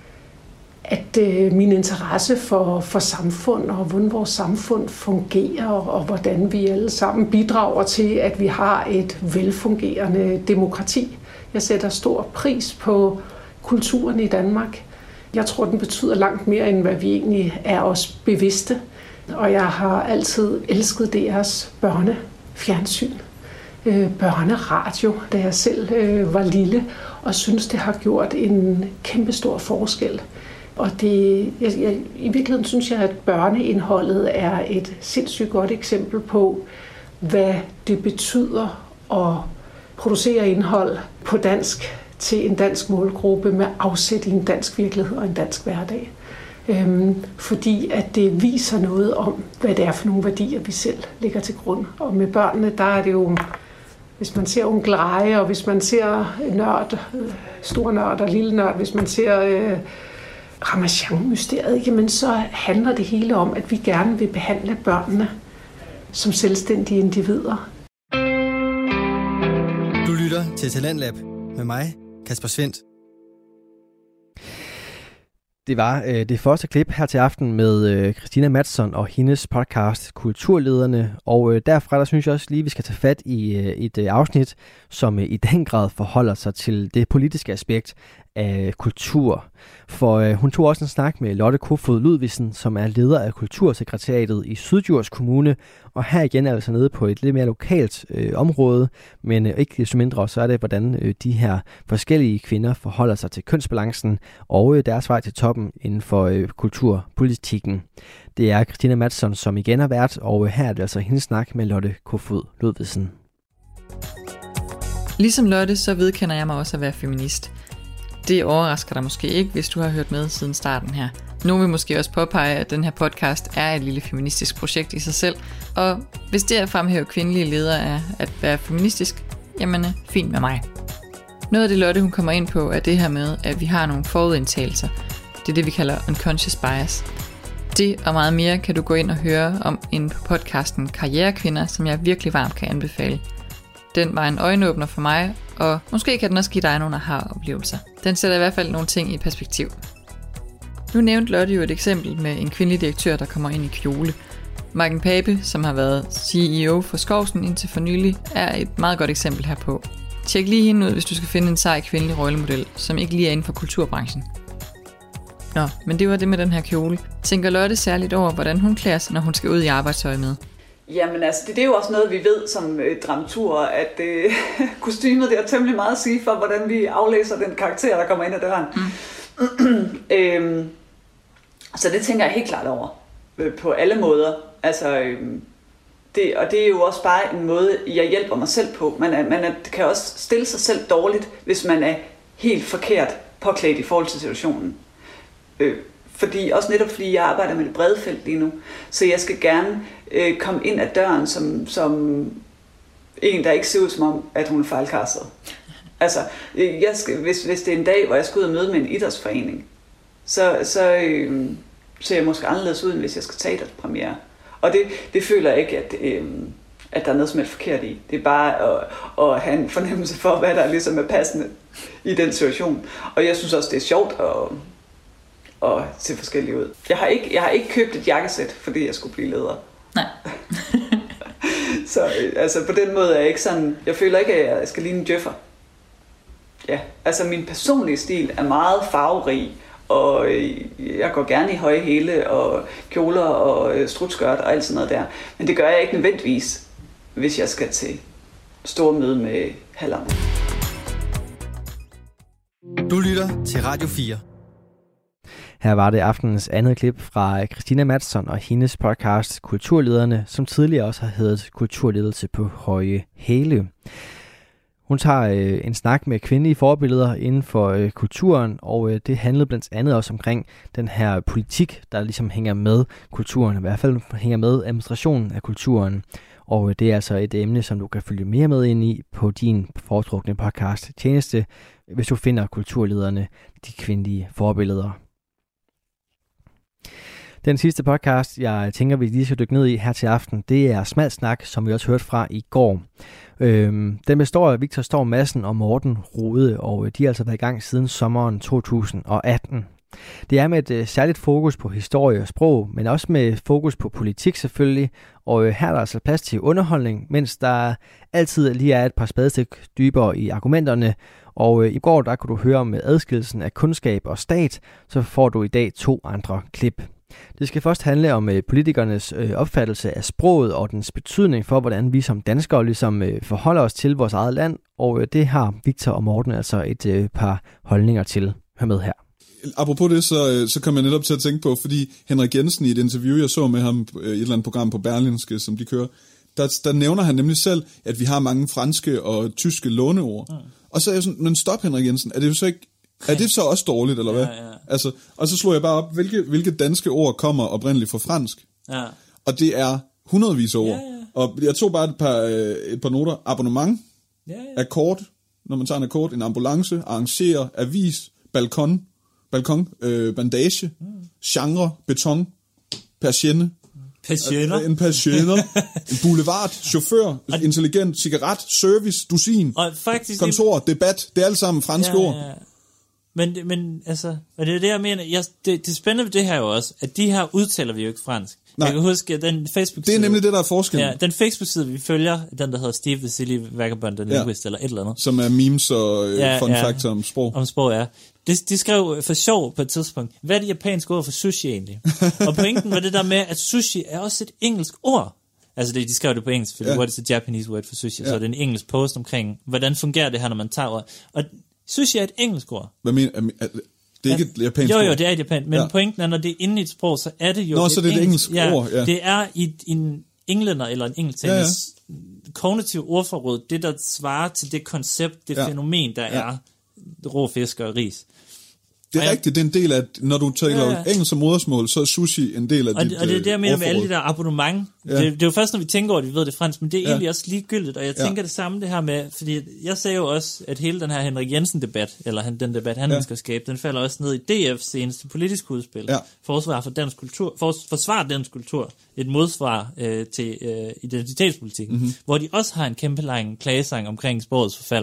at øh, min interesse for, for samfund og hvordan vores samfund fungerer, og hvordan vi alle sammen bidrager til, at vi har et velfungerende demokrati. Jeg sætter stor pris på kulturen i Danmark. Jeg tror, den betyder langt mere, end hvad vi egentlig er os bevidste. Og jeg har altid elsket deres børnefjernsyn, øh, børneradio, da jeg selv øh, var lille, og synes, det har gjort en kæmpestor forskel. Og det, jeg, jeg, i virkeligheden synes jeg, at børneindholdet er et sindssygt godt eksempel på, hvad det betyder at producere indhold på dansk til en dansk målgruppe med afsæt i en dansk virkelighed og en dansk hverdag. Øhm, fordi at det viser noget om, hvad det er for nogle værdier, vi selv lægger til grund. Og med børnene, der er det jo, hvis man ser Onkel Reje, og hvis man ser nørd, stor nørd og lille nørd, hvis man ser øh, Ramachan-mysteriet, jamen så handler det hele om, at vi gerne vil behandle børnene som selvstændige individer. Du lytter til Talentlab med mig, Kasper Svendt. Det var øh, det første klip her til aften med øh, Christina Madsson og hendes podcast Kulturlederne. Og øh, derfra der synes jeg også lige, vi skal tage fat i øh, et øh, afsnit, som øh, i den grad forholder sig til det politiske aspekt af kultur. For øh, hun tog også en snak med Lotte Kofod Ludvigsen, som er leder af Kultursekretariatet i Syddjurs Kommune. Og her igen er vi så nede på et lidt mere lokalt øh, område, men øh, ikke desto mindre så er det, hvordan øh, de her forskellige kvinder forholder sig til kønsbalancen og øh, deres vej til toppen inden for øh, kulturpolitikken. Det er Christina Madsson, som igen har været, og øh, her er det altså hendes snak med Lotte Kofod Ludvigsen. Ligesom Lotte, så vedkender jeg mig også at være feminist. Det overrasker dig måske ikke, hvis du har hørt med siden starten her. Nogle vil måske også påpege, at den her podcast er et lille feministisk projekt i sig selv, og hvis det at fremhæve kvindelige ledere er at være feministisk, jamen fint med mig. Noget af det Lotte hun kommer ind på er det her med, at vi har nogle forudindtagelser. Det er det vi kalder unconscious bias. Det og meget mere kan du gå ind og høre om inde på podcasten Karrierekvinder, som jeg virkelig varmt kan anbefale. Den var en øjenåbner for mig, og måske kan den også give dig nogle aha-oplevelser. Den sætter i hvert fald nogle ting i perspektiv. Nu nævnte Lotte jo et eksempel med en kvindelig direktør, der kommer ind i kjole. Maiken Pape, som har været C E O for Skovsen indtil for nylig, er et meget godt eksempel herpå. Tjek lige hende ud, hvis du skal finde en sej kvindelig rollemodel, som ikke lige er inden for kulturbranchen. Nå, men det var det med den her kjole. Tænker Lotte særligt over, hvordan hun klæder sig, når hun skal ud i arbejdstøj med? Jamen altså, det, det er jo også noget, vi ved som øh, dramaturger, at øh, kostymet det er temmelig meget at sige for, hvordan vi aflæser den karakter, der kommer ind ad døren. Mm. øhm, så det tænker jeg helt klart over, øh, på alle måder. Altså, øh, det, og det er jo også bare en måde, jeg hjælper mig selv på. Man, er, man er, kan også stille sig selv dårligt, hvis man er helt forkert påklædt i forhold til situationen. Øh, Fordi, også netop fordi jeg arbejder med det brede felt lige nu. Så jeg skal gerne øh, komme ind ad døren som, som en, der ikke ser ud som om, at hun er fejlkastet. Altså, jeg skal, hvis, hvis det er en dag, hvor jeg skal ud og møde med en idrætsforening, så, så øh, ser jeg måske anderledes ud, end hvis jeg skal tage idrætspremiere. Og det, det føler jeg ikke, at, øh, at der er noget som helst forkert i. Det er bare at, at have en fornemmelse for, hvad der ligesom er passende i den situation. Og jeg synes også, det er sjovt at og se forskellige ud. Jeg har ikke, jeg har ikke købt et jakkesæt, fordi jeg skulle blive leder. Nej. Så altså, på den måde er jeg ikke sådan, jeg føler ikke, at jeg skal ligne en djøffer. Ja, altså min personlige stil er meget farverig, og jeg går gerne i høje hæle og kjoler og strutskørt og alt sådan noget der. Men det gør jeg ikke nødvendigvis, hvis jeg skal til store møde med Halland. Du lytter til Radio fire. Her var det aftenens andet klip fra Christina Madsson og hendes podcast Kulturlederne, som tidligere også har heddet Kulturledelse på høje hæle. Hun tager øh, en snak med kvindelige forbilleder inden for øh, kulturen, og øh, det handlede blandt andet også omkring den her politik, der ligesom hænger med kulturen, i hvert fald hænger med administrationen af kulturen. Og øh, det er altså et emne, som du kan følge mere med ind i på din foretrukne podcast tjeneste, hvis du finder kulturlederne, de kvindelige forbilleder. Den sidste podcast, jeg tænker, vi lige skal dykke ned i her til aften, det er Smal Snak, som vi også hørte fra i går. Øhm, den består af Victor Storm Madsen og Morten Rode, og de har altså været i gang siden sommeren to tusind og atten. Det er med et uh, særligt fokus på historie og sprog, men også med fokus på politik selvfølgelig, og uh, her er der altså plads til underholdning, mens der altid lige er et par spadestik dybere i argumenterne. Og uh, i går der kunne du høre om adskillelsen af kundskab og stat, så får du i dag to andre klip. Det skal først handle om øh, politikernes øh, opfattelse af sproget og dens betydning for, hvordan vi som danskere ligesom øh, forholder os til vores eget land, og øh, det har Victor og Morten altså et øh, par holdninger til. Hør med her. Apropos det, så, så kom jeg netop til at tænke på, fordi Henrik Jensen i et interview, jeg så med ham i et eller andet program på Berlingske, som de kører, der, der nævner han nemlig selv, at vi har mange franske og tyske låneord. Mm. Og så er jeg sådan, men stop Henrik Jensen, er det jo så ikke er det så også dårligt, eller hvad? Ja, ja. Altså, og så slog jeg bare op, hvilke, hvilke danske ord kommer oprindeligt fra fransk. Ja. Og det er hundredvis af ord. Ja, ja. Og jeg tog bare et par, et par noter. Abonnement, ja, ja. Akkord, når man tager en akkord, en ambulance, arrangere, avis, balkon, balkon, øh, bandage, mm. genre, beton, persienne, Persienner. En persienner, en boulevard, chauffør, intelligent, cigaret, service, dusin, og faktisk kontor, debat, det er alle sammen franske ja, ord. Ja. Men, men altså, og det er det, jeg mener, jeg, det, det spændende ved det her jo også, at de her udtaler vi jo ikke fransk. Nej. Jeg kan huske, at den Facebook-side... Det er nemlig det, der er forskellen. Ja, den Facebook-side, vi følger, den der hedder Steve the Silly Vagabond, den ja. Linguist, eller et eller andet. Som er memes og øh, ja, fun ja. facts om sprog. Om sprog, ja. De, de skrev for sjov på et tidspunkt, hvad er det japanske ord for sushi egentlig? Og pointen var det der med, at sushi er også et engelsk ord. Altså det, de skrev det på engelsk, fordi ja. what is a Japanese word for sushi? Ja. Så er det en engelsk post omkring, hvordan fungerer det her, når man tager ord. Og sushi er et engelsk ord. Hvad mener du? Det er ikke et japansk ord? Jo, jo, ord. det er et japansk. Men ja. pointen er, når det er inde i et sprog, så er det jo Nå, et så det er et engelsk, engelsk ord, ja. Det er i en englænder eller en engelsktalende ja, ja. kognitiv ordforråd, det der svarer til det koncept, det ja. fænomen, der ja. er rå fisk og ris. Det er ja. rigtigt, det er en del af, når du taler ja, ja. engelsk som modersmål, så er sushi en del af og dit det, og det er det, jeg mener med alle de der abonnement. Ja. Det, det er jo først, når vi tænker over det, vi ved det fransk, men det er ja. egentlig også ligegyldigt, og jeg tænker ja. det samme det her med, fordi jeg sagde jo også, at hele den her Henrik Jensen-debat, eller den debat, han ja. skal skabe, den falder også ned i D F's seneste politiske udspil. Ja. Forsvar for dansk kultur, for, forsvar dansk kultur, et modsvar øh, til øh, identitetspolitikken, mm-hmm. hvor de også har en kæmpe lang klagesang omkring sprogets forfald.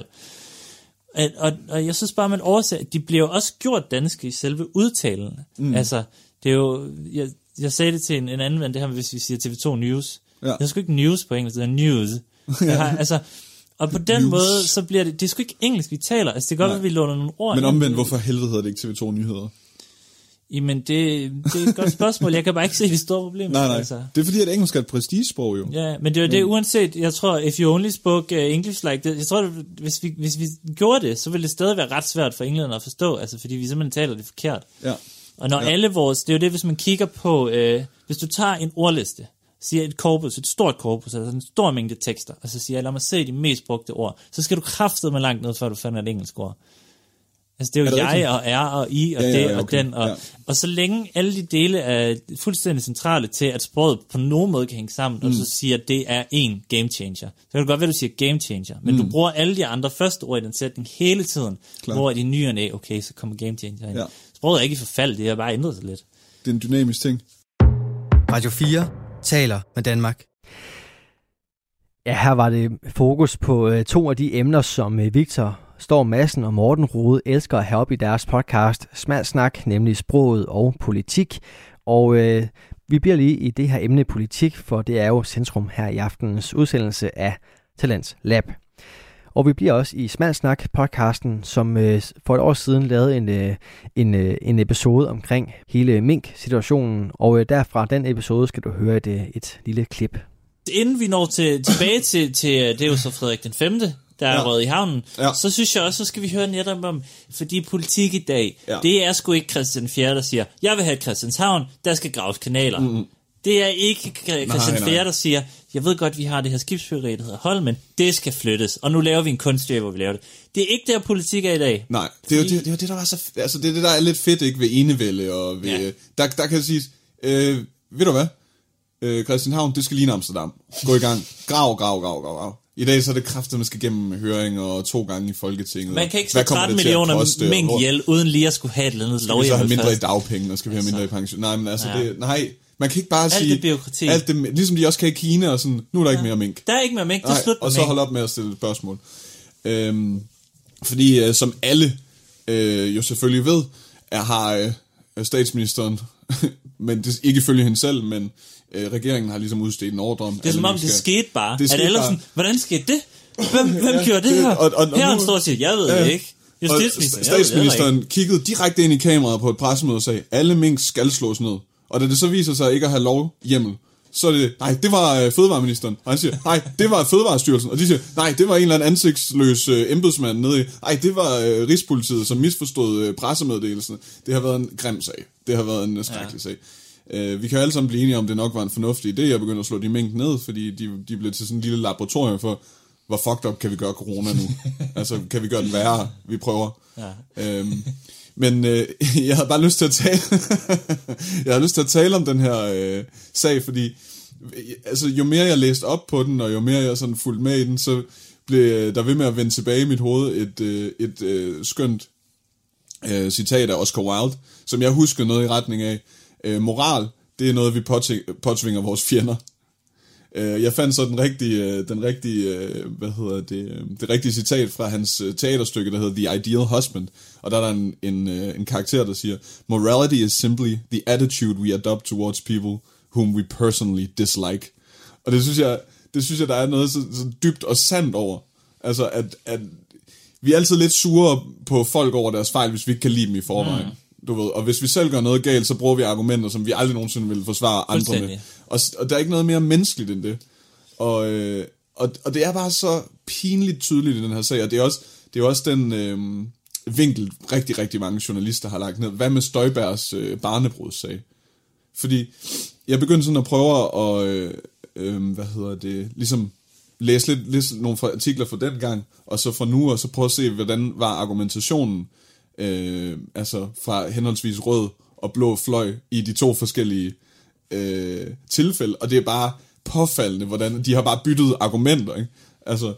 Og, og jeg synes bare, man overser, at de bliver jo også gjort danske i selve udtalen. Mm. Altså, det er jo... Jeg, jeg sagde det til en, en anden ven, det her, hvis vi siger T V to News. Ja. Det er sgu ikke news på engelsk, det er news. Jeg har, altså, og på den news. måde, så bliver det... Det er sgu ikke engelsk, vi taler. Altså, det er godt, Nej. at vi låner nogle ord. Men omvendt, hvorfor helvede hedder det ikke T V to Nyheder? Jamen, det, det er et godt spørgsmål. Jeg kan bare ikke se de store problemer. Nej, nej. Altså. Det er fordi, at engelsk er et prestigesprog jo. Ja, men det er jo det uanset, jeg tror, if you only spoke uh, English like this, jeg tror, hvis vi, hvis vi gjorde det, så ville det stadig være ret svært for englænderne at forstå, altså fordi vi simpelthen taler det forkert. Ja. Og når ja. alle vores, det er jo det, hvis man kigger på, øh, hvis du tager en ordliste, siger et korpus, et stort korpus, altså en stor mængde tekster, og så siger jeg, lad mig se de mest brugte ord, så skal du kraftedeme langt ned, før du finder et engelsk ord. Altså det er jo er det jeg rigtigt? Og er og I og ja, det ja, ja, okay. og den og, ja. og så længe alle de dele er fuldstændig centrale til at sproget på nogen måde kan hænge sammen mm. og så siger at det er en game changer, så kan det godt være du siger game changer, men mm. du bruger alle de andre første ord i den sætning hele tiden. Klar. Hvor de nye og okay, så kommer game changer ind. Ja. Sproget er ikke i forfald, det har bare ændret sig lidt. Det er en dynamisk ting. Radio fire taler med Danmark. Ja, her var det fokus på øh, to af de emner, som øh, Victor Storm Madsen og Morten Rode elsker at have op i deres podcast Smal Snak, nemlig sproget og politik. Og øh, vi bliver lige i det her emne politik, for det er jo centrum her i aftenens udsendelse af Talents Lab. Og vi bliver også i Smal Snak podcasten, som øh, for et år siden lavede en, øh, en, øh, en episode omkring hele mink-situationen. Og øh, derfra den episode skal du høre et, et lille klip. Inden vi når til, tilbage til, til, det er jo så Frederik den femte, der er ja. røget i havnen, ja. så synes jeg også, så skal vi høre netop om, fordi politik i dag, ja. det er sgu ikke Christian den fjerde, der siger, jeg vil have Christianshavn, der skal graves kanaler. Mm-hmm. Det er ikke Christian den fjerde, der siger, jeg ved godt, vi har det her skibsbyggeri, der hedder Holmen, det skal flyttes, og nu laver vi en kunststudie, hvor vi laver det. Det er ikke der politik er i dag. Nej, det er jo det, det, er det der var så, altså det er det, der er lidt fedt, ikke, ved enevælde, og ved, ja. der, der kan siges, øh, ved du hvad, øh, Christianshavn, det skal ligne Amsterdam. Gå i gang, grav, grav, grav, grav, grav. I dag så er det kraftigt, man skal gennem høringer og to gange i Folketinget. Man kan ikke slå tretten millioner mink ihjel, uden lige at skulle have et eller andet lovhjemmel. Skal vi så have mindre i dagpenge, og skal vi have mindre i pension? Nej, men altså, ja. det, nej, man kan ikke bare alt sige... Alt det bureaukrati. Alt det, ligesom de også kan i Kina, og sådan, nu er der ja. ikke mere mink. Der er ikke mere mink, det er slut med og så hold op med at stille spørgsmål. Øhm, fordi øh, som alle øh, jo selvfølgelig ved, er, har øh, statsministeren, men det ikke ifølge hende selv, men... Øh, regeringen har ligesom udstedt en ordre om... Det er som om, det skete bare. Det skete at alle sådan, hvordan skete det? Hvem, hvem ja, gjorde det her? Og, og, og her står og siger, jeg ved ja, det ikke. Justitsministeren, statsministeren kiggede direkte ind i kameraet på et pressemøde og sagde, alle mink skal slås ned. Og da det så viser sig ikke at have lovhjemmel, så er det, nej, det var øh, fødevareministeren. Og han siger, nej, det var Fødevarestyrelsen. Og de siger, nej, det var en eller anden ansigtsløs øh, embedsmand nede i. Nej, det var øh, Rigspolitiet, som misforstod øh, pressemeddelelsen. Det har været en grim sag. Det har været en skrækkelig ja. sag. Uh, vi kan jo alle sammen blive enige om, det nok var en fornuftig idé at begynde at slå de mink ned, fordi de, de blev til sådan en lille laboratorium for, hvor fucked up kan vi gøre corona nu? Altså, kan vi gøre den værre? Vi prøver. Ja. Um, men uh, jeg havde bare lyst til at tale jeg havde lyst til at tale om den her uh, sag, fordi altså, jo mere jeg læste op på den, og jo mere jeg sådan fulgte med i den, så blev der ved med at vende tilbage i mit hoved et, uh, et uh, skønt uh, citat af Oscar Wilde, som jeg husker noget i retning af. Øh, moral, det er noget, vi påtvinger vores fjender. Øh, jeg fandt så den rigtige, den rigtige, hvad hedder det, det rigtige citat fra hans teaterstykke, der hedder The Ideal Husband, og der er der en, en, en karakter, der siger, morality is simply the attitude we adopt towards people whom we personally dislike. Og det synes jeg, det synes jeg der er noget så, så dybt og sandt over. Altså, at, at vi er altid lidt sure på folk over deres fejl, hvis vi ikke kan lide dem i forvejen. Mm. Du ved, og hvis vi selv gør noget galt, så bruger vi argumenter, som vi aldrig nogensinde vil forsvare andre med. Og, og der er ikke noget mere menneskeligt end det. Og, øh, og, og det er bare så pinligt tydeligt i den her sag, og det er også, det er også den øh, vinkel, rigtig, rigtig mange journalister har lagt ned. Hvad med Støjbergs øh, barnebrudssag? Fordi jeg begyndte sådan at prøve at, øh, øh, hvad hedder det, ligesom læse lidt, lidt nogle artikler fra den gang, og så fra nu, og så prøve at se, hvordan var argumentationen, Øh, altså fra henholdsvis rød og blå fløj i de to forskellige øh, tilfælde, og det er bare påfaldende, hvordan de har bare byttet argumenter, ikke? Altså,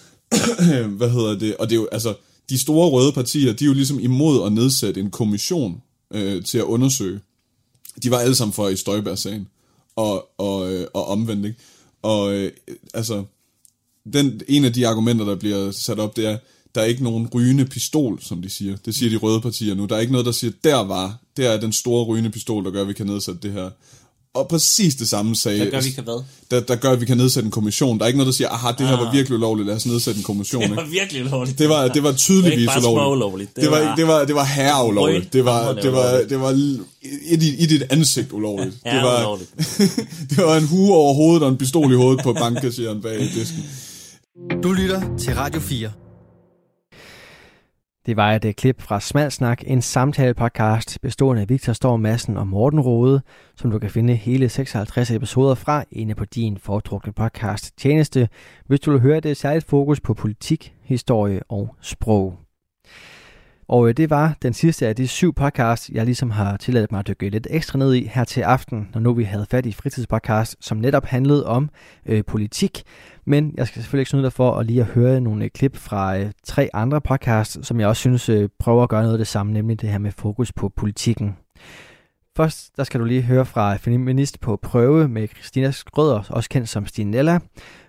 hvad hedder det, og det er jo, altså, de store røde partier, de er jo ligesom imod at nedsætte en kommission øh, til at undersøge. De var alle sammen for i Støjberg-sagen, og, og, øh, og omvendt, ikke? Og øh, altså, den, en af de argumenter, der bliver sat op, det er, der er ikke nogen rygende pistol, som de siger. Det siger de røde partier nu. Der er ikke noget, der siger, der var, der er den store rygende pistol, der gør, at vi kan nedsætte det her. Og præcis det samme sagde... Der gør, vi kan hvad? Der, der gør, at vi kan nedsætte en kommission. Der er ikke noget, der siger, aha, det her var virkelig ulovligt, lad os nedsætte en kommission. Det var virkelig ulovligt. Det var, det var tydeligvis det var ulovligt. ulovligt. Det, det, var, det var, det var herreulovligt. Det var, det var, det var i, i dit ansigt ulovligt. Ja, det, var, ulovligt. Det var en hue over hovedet og en pistol i hovedet på bankkasseren bag disken. Du lytter til Radio fire. Det var et klip fra Smal Snak, en samtale-podcast bestående af Victor Storm Madsen og Morten Rode, som du kan finde hele seksoghalvtreds episoder fra inde på din foretrukne podcast tjeneste, hvis du vil høre det særligt fokus på politik, historie og sprog. Og det var den sidste af de syv podcasts, jeg ligesom har tilladt mig at dykke lidt ekstra ned i her til aften, når nu vi havde fat i fritidspodcast, som netop handlede om øh, politik. Men jeg skal selvfølgelig ikke snyde dig for at lige at høre nogle klip fra øh, tre andre podcasts, som jeg også synes øh, prøver at gøre noget af det samme, nemlig det her med fokus på politikken. Først der skal du lige høre fra Feminist på prøve med Christina Skrøder, også kendt som Stinella.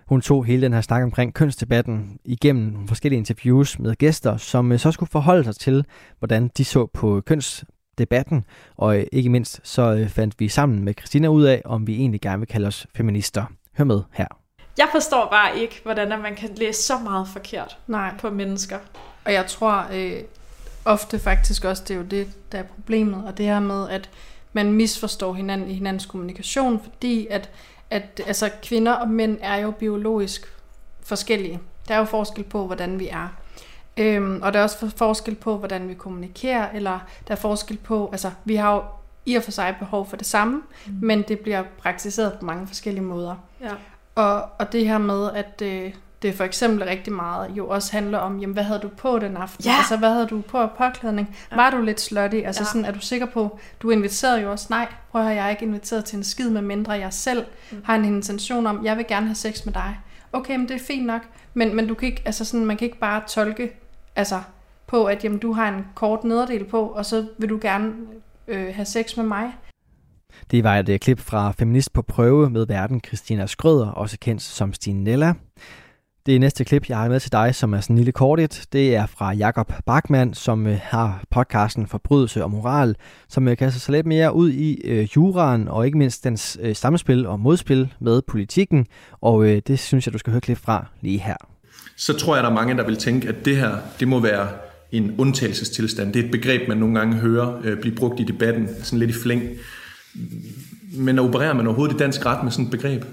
Hun tog hele den her snak omkring kønsdebatten igennem nogle forskellige interviews med gæster, som så skulle forholde sig til, hvordan de så på kønsdebatten, og ikke mindst så fandt vi sammen med Christina ud af, om vi egentlig gerne vil kalde os feminister. Hør med her. Jeg forstår bare ikke, hvordan man kan læse så meget forkert Nej. på mennesker. Og jeg tror øh, ofte faktisk også, det er jo det, der er problemet, og det her med, at man misforstår hinanden i hinandens kommunikation, fordi at, at altså, kvinder og mænd er jo biologisk forskellige. Der er jo forskel på, hvordan vi er. Øhm, og der er også forskel på, hvordan vi kommunikerer, eller der er forskel på, altså vi har jo i og for sig behov for det samme, mm. men det bliver praktiseret på mange forskellige måder. Ja. Og, og det her med, at øh, det for eksempel rigtig meget jo også handler om, jamen hvad havde du på den aften? Ja. Altså hvad havde du på påklædning? Ja. Var du lidt slutty? Altså Ja. sådan, er du sikker på, du inviterede jo også, nej, prøv at høre, jeg er ikke inviteret til en skid, med mindre jeg selv mm. har en intention om, jeg vil gerne have sex med dig. Okay, men det er fint nok, men, men du kan ikke, altså sådan, man kan ikke bare tolke altså, på, at jamen, du har en kort nederdel på, og så vil du gerne øh, have sex med mig. Det var et klip fra Feminist på prøve med værten Christina Skrøder, også kendt som Stinella. Det næste klip, jeg har med til dig, som er sådan en lille kortet, det er fra Jacob Bachmann, som har podcasten Forbrydelse og Moral, som kaster sig lidt mere ud i øh, juraen og ikke mindst dens øh, samspil og modspil med politikken. Og øh, det synes jeg, du skal høre klip fra lige her. Så tror jeg, der er mange, der vil tænke, at det her, det må være en undtagelsestilstand. Det er et begreb, man nogle gange hører øh, blive brugt i debatten, sådan lidt i flæng. Men opererer man overhovedet i dansk ret med sådan et begreb?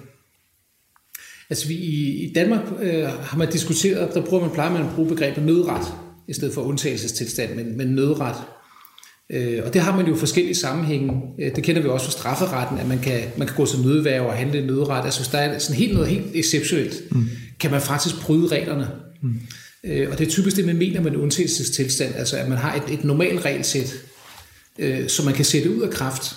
Altså vi, i Danmark øh, har man diskuteret, der bruger man, plejer man at bruge begrebet nødret, i stedet for undtagelsestilstand, men, men nødret. Øh, og det har man jo i forskellige sammenhænge. Det kender vi også fra strafferetten, at man kan, man kan gå til nødværge og handle nødret. Altså hvis der er sådan helt noget helt exceptionelt, mm. kan man faktisk bryde reglerne. Mm. Øh, og det er typisk det, man mener med en undtagelsestilstand, altså at man har et, et normalt regelsæt, øh, som man kan sætte ud af kraft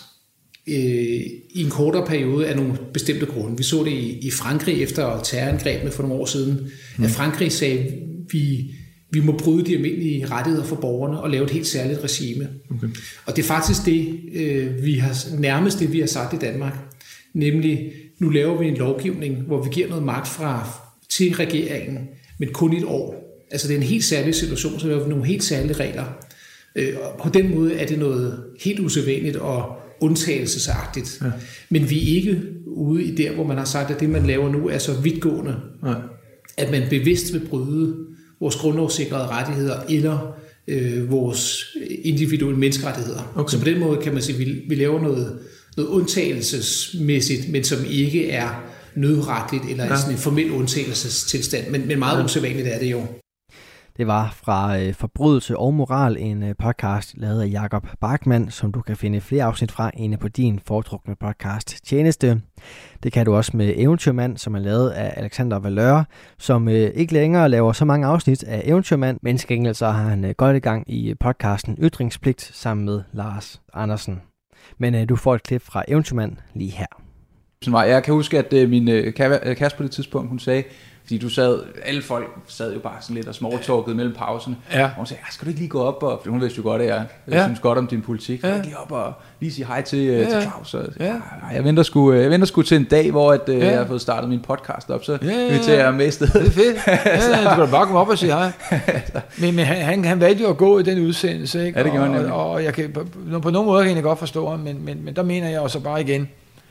i en kortere periode af nogle bestemte grunde. Vi så det i, i Frankrig efter terrorangrebene for nogle år siden, mm. at Frankrig sagde, vi, vi må bryde de almindelige rettigheder for borgerne og lave et helt særligt regime. Okay. Og det er faktisk det, øh, vi har, nærmest det, vi har sagt i Danmark. Nemlig, nu laver vi en lovgivning, hvor vi giver noget magt fra til regeringen, men kun et år. Altså det er en helt særlig situation, så laver vi nogle helt særlige regler. Øh, og på den måde er det noget helt usædvanligt og undtagelsesagtigt. Ja. Men vi er ikke ude i der, hvor man har sagt, at det, man laver nu, er så vidtgående, ja. At man bevidst vil bryde vores grundlovssikrede rettigheder eller øh, vores individuelle menneskerettigheder. Okay. Så på den måde kan man sige, at vi, vi laver noget, noget undtagelsesmæssigt, men som ikke er nødretligt eller ja. Sådan en formel undtagelsestilstand. Men, men meget ja. Usædvanligt er det jo. Det var fra øh, Forbrydelse og Moral, en øh, podcast lavet af Jacob Bachmann, som du kan finde flere afsnit fra inde på din foretrukne podcast tjeneste. Det kan du også med Eventyrmand, som er lavet af Alexander Valeur, som øh, ikke længere laver så mange afsnit af Eventyrmand, men til gengæld så har han øh, godt i gang i podcasten Ytringspligt sammen med Lars Andersen. Men øh, du får et klip fra Eventyrmand lige her. Jeg kan huske, at øh, min øh, kæreste på det tidspunkt, hun sagde, fordi du sad, alle folk sad jo bare sådan lidt og småtalkede mellem pauserne. Ja. Og hun sagde, skal du ikke lige gå op, og hun vidste jo godt, at jeg, jeg ja. synes godt om din politik. Skal ja. du ikke lige op og lige sige hej til, ja. til Claus? Og, ja. jeg, venter sgu, jeg venter sgu til en dag, hvor at, ja. jeg har fået startet min podcast op, så ja, ja. inviterer jeg med i stedet. Det er fedt. Ja, ja, du kan bare komme op og sige hej. men men han, han valgte jo at gå i den udsendelse, ikke? Ja, det gjorde han. Og, og jeg kan, på, på nogen måde kan jeg godt forstå ham, men, men, men der mener jeg også bare igen,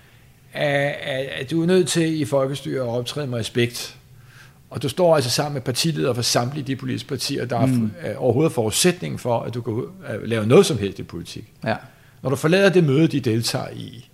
at, at, at du er nødt til i folkestyret at optræde med respekt. Og du står altså sammen med partiledere for samtlige de politiske partier, der mm. er overhovedet forudsætningen for, at du kan lave noget som helst i politik. Ja. Når du forlader det møde, de deltager i,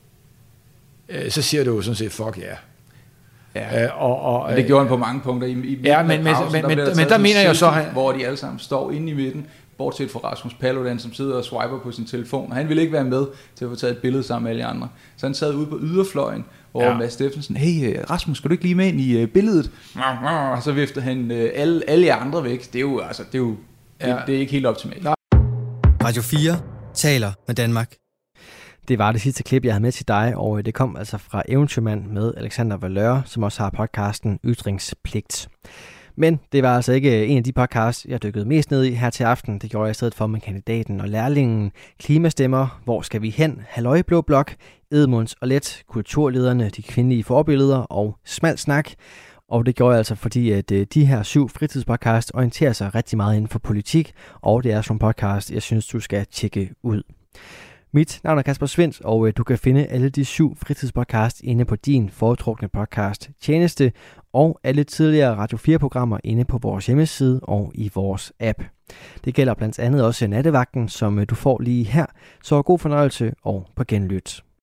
så siger du jo sådan set, fuck ja. Yeah. Ja. Og, og, det gjorde han på mange punkter. I, i ja, men, men, pausen, men, der, men, men der mener jeg så... Han... Hvor de alle sammen står inde i midten, bortset fra Rasmus Paludan, som sidder og swiper på sin telefon. Og han ville ikke være med til at få taget et billede sammen med alle andre. Så han sad ude på yderfløjen, hvor ja. Mads Steffensen, hey Rasmus, skal du ikke lige med ind i uh, billedet? Og så vifter han uh, alle, alle jer andre væk. Det er jo, altså, det er jo ja. det, det er ikke helt optimalt. Radio fire taler med Danmark. Det var det sidste klip, jeg havde med til dig, og det kom altså fra Eventyrmand med Alexander Valeur, som også har podcasten Ytringspligt. Men det var altså ikke en af de podcasts, jeg dykkede mest ned i her til aften. Det gjorde jeg i stedet for med kandidaten og lærlingen, Klimastemmer, Hvor skal vi hen, Halløj Blå Blok, Edmunds og Let, Kulturlederne, De kvindelige forbilleder og Smal Snak. Og det gjorde jeg altså, fordi at øh, de her syv fritidspodcast orienterer sig rigtig meget inden for politik, og det er sådan en podcast, jeg synes, du skal tjekke ud. Mit navn er Kasper Svendt, og øh, du kan finde alle de syv fritidspodcast inde på din foretrukne podcast tjeneste, og alle tidligere Radio fire-programmer inde på vores hjemmeside og i vores app. Det gælder blandt andet også Nattevagten, som øh, du får lige her, så god fornøjelse og på genlyt.